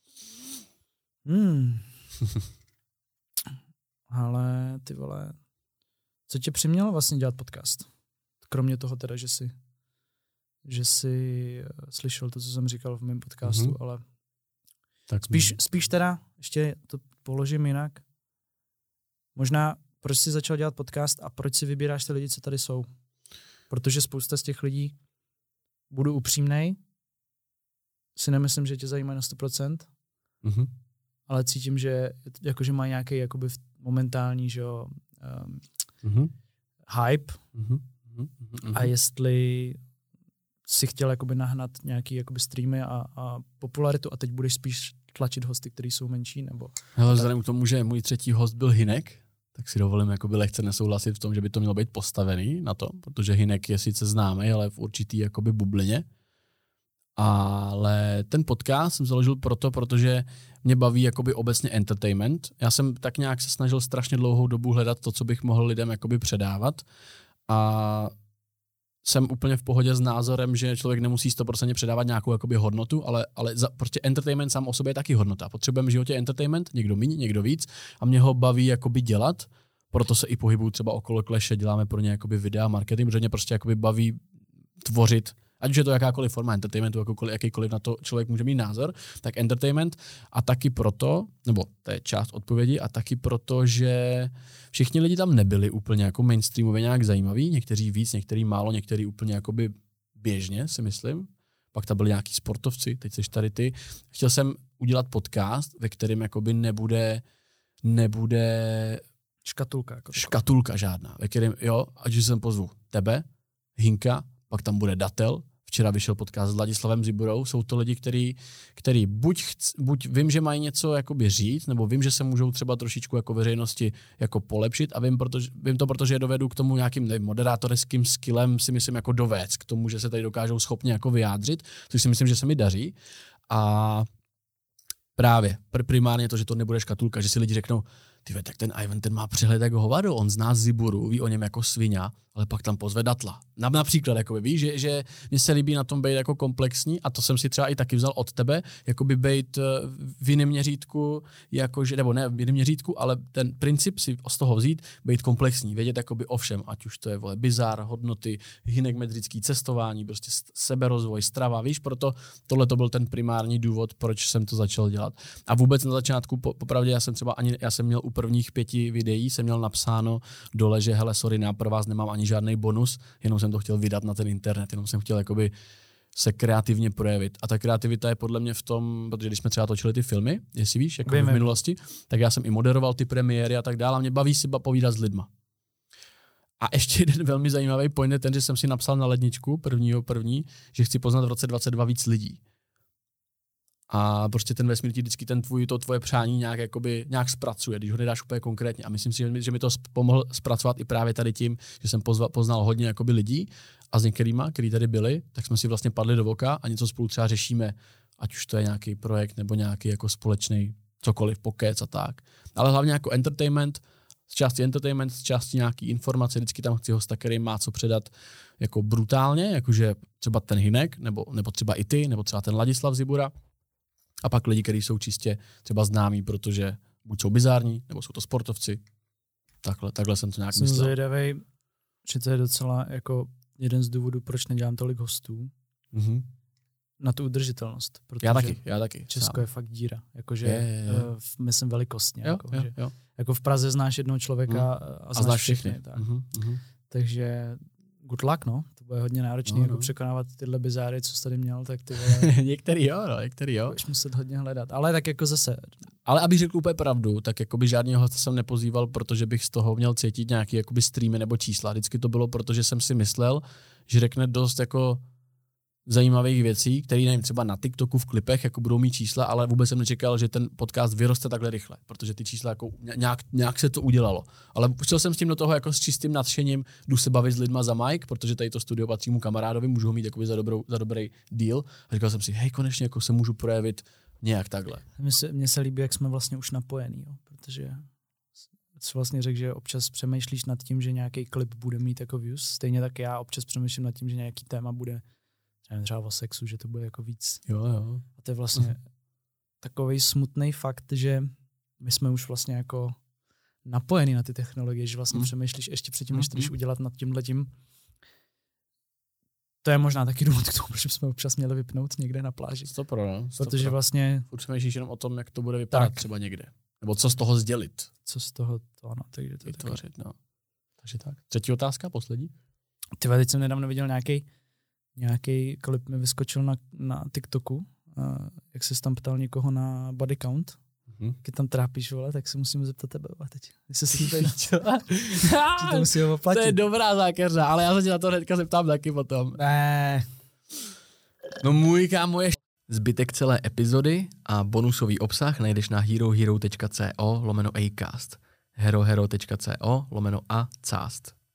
Hmm. Ale ty vole, co tě přimělo vlastně dělat podcast? Kromě toho teda, že jsi, že jsi slyšel to, co jsem říkal v mém podcastu, mm-hmm. ale tak spíš, spíš teda, ještě to položím jinak, možná proč jsi začal dělat podcast a proč si vybíráš ty lidi, co tady jsou? Protože spousta z těch lidí, budu upřímnej, si nemyslím, že tě zajímají na sto procent, mm-hmm. ale cítím, že jakože má nějaký jakoby momentální, že jo, um,
mm-hmm.
hype
mm-hmm. Mm-hmm.
a jestli si chtěl jakoby nahnat nějaký jakoby streamy a, a popularitu a teď budeš spíš tlačit hosty, kteří jsou menší, nebo...
Hele, vzhledem k tomu, že můj třetí host byl Hynek, tak si dovolím jakoby lehce nesouhlasit v tom, že by to mělo být postavený na to, protože Hynek je sice známý, ale v určitý jakoby bublině. Ale ten podcast jsem založil proto, protože mě baví jakoby obecně entertainment. Já jsem tak nějak se snažil strašně dlouhou dobu hledat to, co bych mohl lidem jakoby předávat. A jsem úplně v pohodě s názorem, že člověk nemusí sto procent předávat nějakou jakoby hodnotu, ale, ale za, prostě entertainment sám o sobě je taky hodnota. Potřebujeme v životě entertainment, někdo míň, někdo víc a mě ho baví jakoby dělat, proto se i pohybuju třeba okolo Claše, děláme pro ně jakoby videa, marketing, protože mě prostě jakoby baví tvořit, ať už je to jakákoliv forma entertainmentu, jakýkoliv, jakýkoliv na to člověk může mít názor, tak entertainment a taky proto, nebo to je část odpovědi, a taky proto, že všichni lidi tam nebyli úplně jako mainstreamově nějak zajímaví, někteří víc, někteří málo, někteří úplně jakoby běžně, si myslím. Pak tam byli nějaký sportovci, teď seš tady ty. Chtěl jsem udělat podcast, ve kterém jakoby nebude, nebude
škatulka. Jako
škatulka žádná, ve kterém, jo, ať už jsem pozvu tebe, Hinka, pak tam bude Datel, včera vyšel podcast s Ladislavem Ziburou, jsou to lidi, který, který buď, chc, buď vím, že mají něco jakoby říct, nebo vím, že se můžou třeba trošičku jako veřejnosti jako polepšit a vím, protože, vím to, protože je dovedu k tomu nějakým nevím, moderátorským skillem, si myslím jako dovést, k tomu, že se tady dokážou schopně jako vyjádřit, což si myslím, že se mi daří. A právě primárně to, že to nebude škatulka, že si lidi řeknou, tyve, tak ten Ivan, ten má přehled jako hovado, on zná Ziburu, ví o něm jako svině, ale pak tam pozve Datla. Například, jakoby, víš, že, že mně se líbí na tom být jako komplexní a to jsem si třeba i taky vzal od tebe, jakoby být v jiném měřítku, jakože, nebo ne v jiném měřítku, ale ten princip si z toho vzít, být komplexní, vědět jakoby o všem, ať už to je vole, bizár, hodnoty, Hynek Medrický, cestování, prostě seberozvoj, strava, víš, proto tohle to byl ten primární důvod, proč jsem to začal dělat. A vůbec na začátku, po, popravdě, já jsem třeba ani, já jsem měl u prvních pěti videí, jsem měl napsáno dole, že hele, sorry, já pro vás nemám ani žádný bonus, jenom jsem to chtěl vydat na ten internet, jenom jsem chtěl jakoby se kreativně projevit. A ta kreativita je podle mě v tom, protože když jsme třeba točili ty filmy, jestli víš, jako v minulosti, tak já jsem i moderoval ty premiéry a tak dále a mě baví si povídat s lidma. A ještě jeden velmi zajímavý point je ten, že jsem si napsal na ledničku prvního první, že chci poznat v roce dvacet dva víc lidí. A prostě ten vesmír ti vždycky ten tvůj, to tvoje přání nějak, jakoby, nějak zpracuje, když ho nedáš úplně konkrétně. A myslím si, že mi, že mi to pomohl zpracovat i právě tady tím, že jsem pozval, poznal hodně jakoby, lidí a s některýma, kteří tady byli, tak jsme si vlastně padli do voka a něco spolu třeba řešíme, ať už to je nějaký projekt nebo nějaký jako společný cokoliv, pokec a tak. Ale hlavně jako entertainment, z části entertainment, z části nějaký informace, vždycky tam chci hosta, který má co předat jako brutálně, jakože třeba ten Hynek, nebo, nebo třeba i ty, nebo třeba ten Ladislav Zibura. A pak lidi, kteří jsou čistě třeba známí, protože buď jsou bizární, nebo jsou to sportovci. Takhle, takhle jsem to nějak
jsem
myslel. Jsem
zvědavej, že to je docela jako jeden z důvodů, proč nedělám tolik hostů.
Mm-hmm.
Na tu udržitelnost.
Já taky, já taky.
Česko sám. Je fakt díra. Jakože,
je, je, je.
myslím velikostně.
Jo,
jako,
jo,
že,
jo.
jako v Praze znáš jednoho člověka mm. a, znáš a znáš všechny. všechny tak.
Mm-hmm.
Takže good luck, no. To bude hodně náročný,
no,
jako
no.
překonávat tyhle bizáry, co jsi tady měl, tak ty vole...
některý jo, no, některý jo.
Budeš muset hodně hledat, ale tak jako zase...
Ale abych řekl úplně pravdu, tak jakoby žádného hosta jsem nepozýval, protože bych z toho měl cítit nějaký jakoby streamy nebo čísla. Vždycky to bylo, protože jsem si myslel, že řekne dost jako zajímavých věcí, které nevím, třeba na TikToku v klipech jako budou mít čísla, ale vůbec jsem nečekal, že ten podcast vyroste takhle rychle, protože ty čísla jako nějak, nějak se to udělalo. Ale šel jsem s tím do toho jako s čistým nadšením, jdu se bavit s lidma za mic, protože tady to studio patří mu kamarádovi, můžu ho mít jakoby za, dobrou, za dobrý deal. A říkal jsem si, hej, konečně jako se můžu projevit nějak takhle.
Mně se, mně se líbí, jak jsme vlastně už napojení, jo, protože jsi vlastně řekl, že občas přemýšlíš nad tím, že nějaký klip bude mít jako views, stejně tak já občas přemýšlím nad tím, že nějaký téma bude nevím, třeba o sexu, že to bude jako víc.
Jo, jo.
A to je vlastně mm. takovej smutný fakt, že my jsme už vlastně jako napojení na ty technologie, že vlastně mm. přemýšlíš ještě předtím, než to jdeš udělat nad tímhletím. To je možná taky důvod k tomu, proč jsme občas měli vypnout někde na pláži.
Stopro, no. Stopro.
Protože vlastně...
Furt přemýšlíš jenom o tom, jak to bude vypadat tak. Třeba někde. Nebo co z toho sdělit.
Co z toho, to ano. Takže to
vytvořit, taky... no. Takže tak. Třetí otázka, poslední.
Ty teď jsem nedávno viděl nějaký nějaký klip mi vyskočil na, na TikToku, uh, jak jsi tam ptal někoho na body count.
Hm?
Když tam trápíš, vole, tak se musíme zeptat tebe, vole, teď. Jestli se tady načela. to musí ho oplatit.
To je dobrá zákeřna, ale já se tě na to hnedka zeptám taky potom.
Ne.
No můj kámo je zbytek celé epizody a bonusový obsah najdeš na herohero.co lomeno acast. herohero.co lomeno a cast.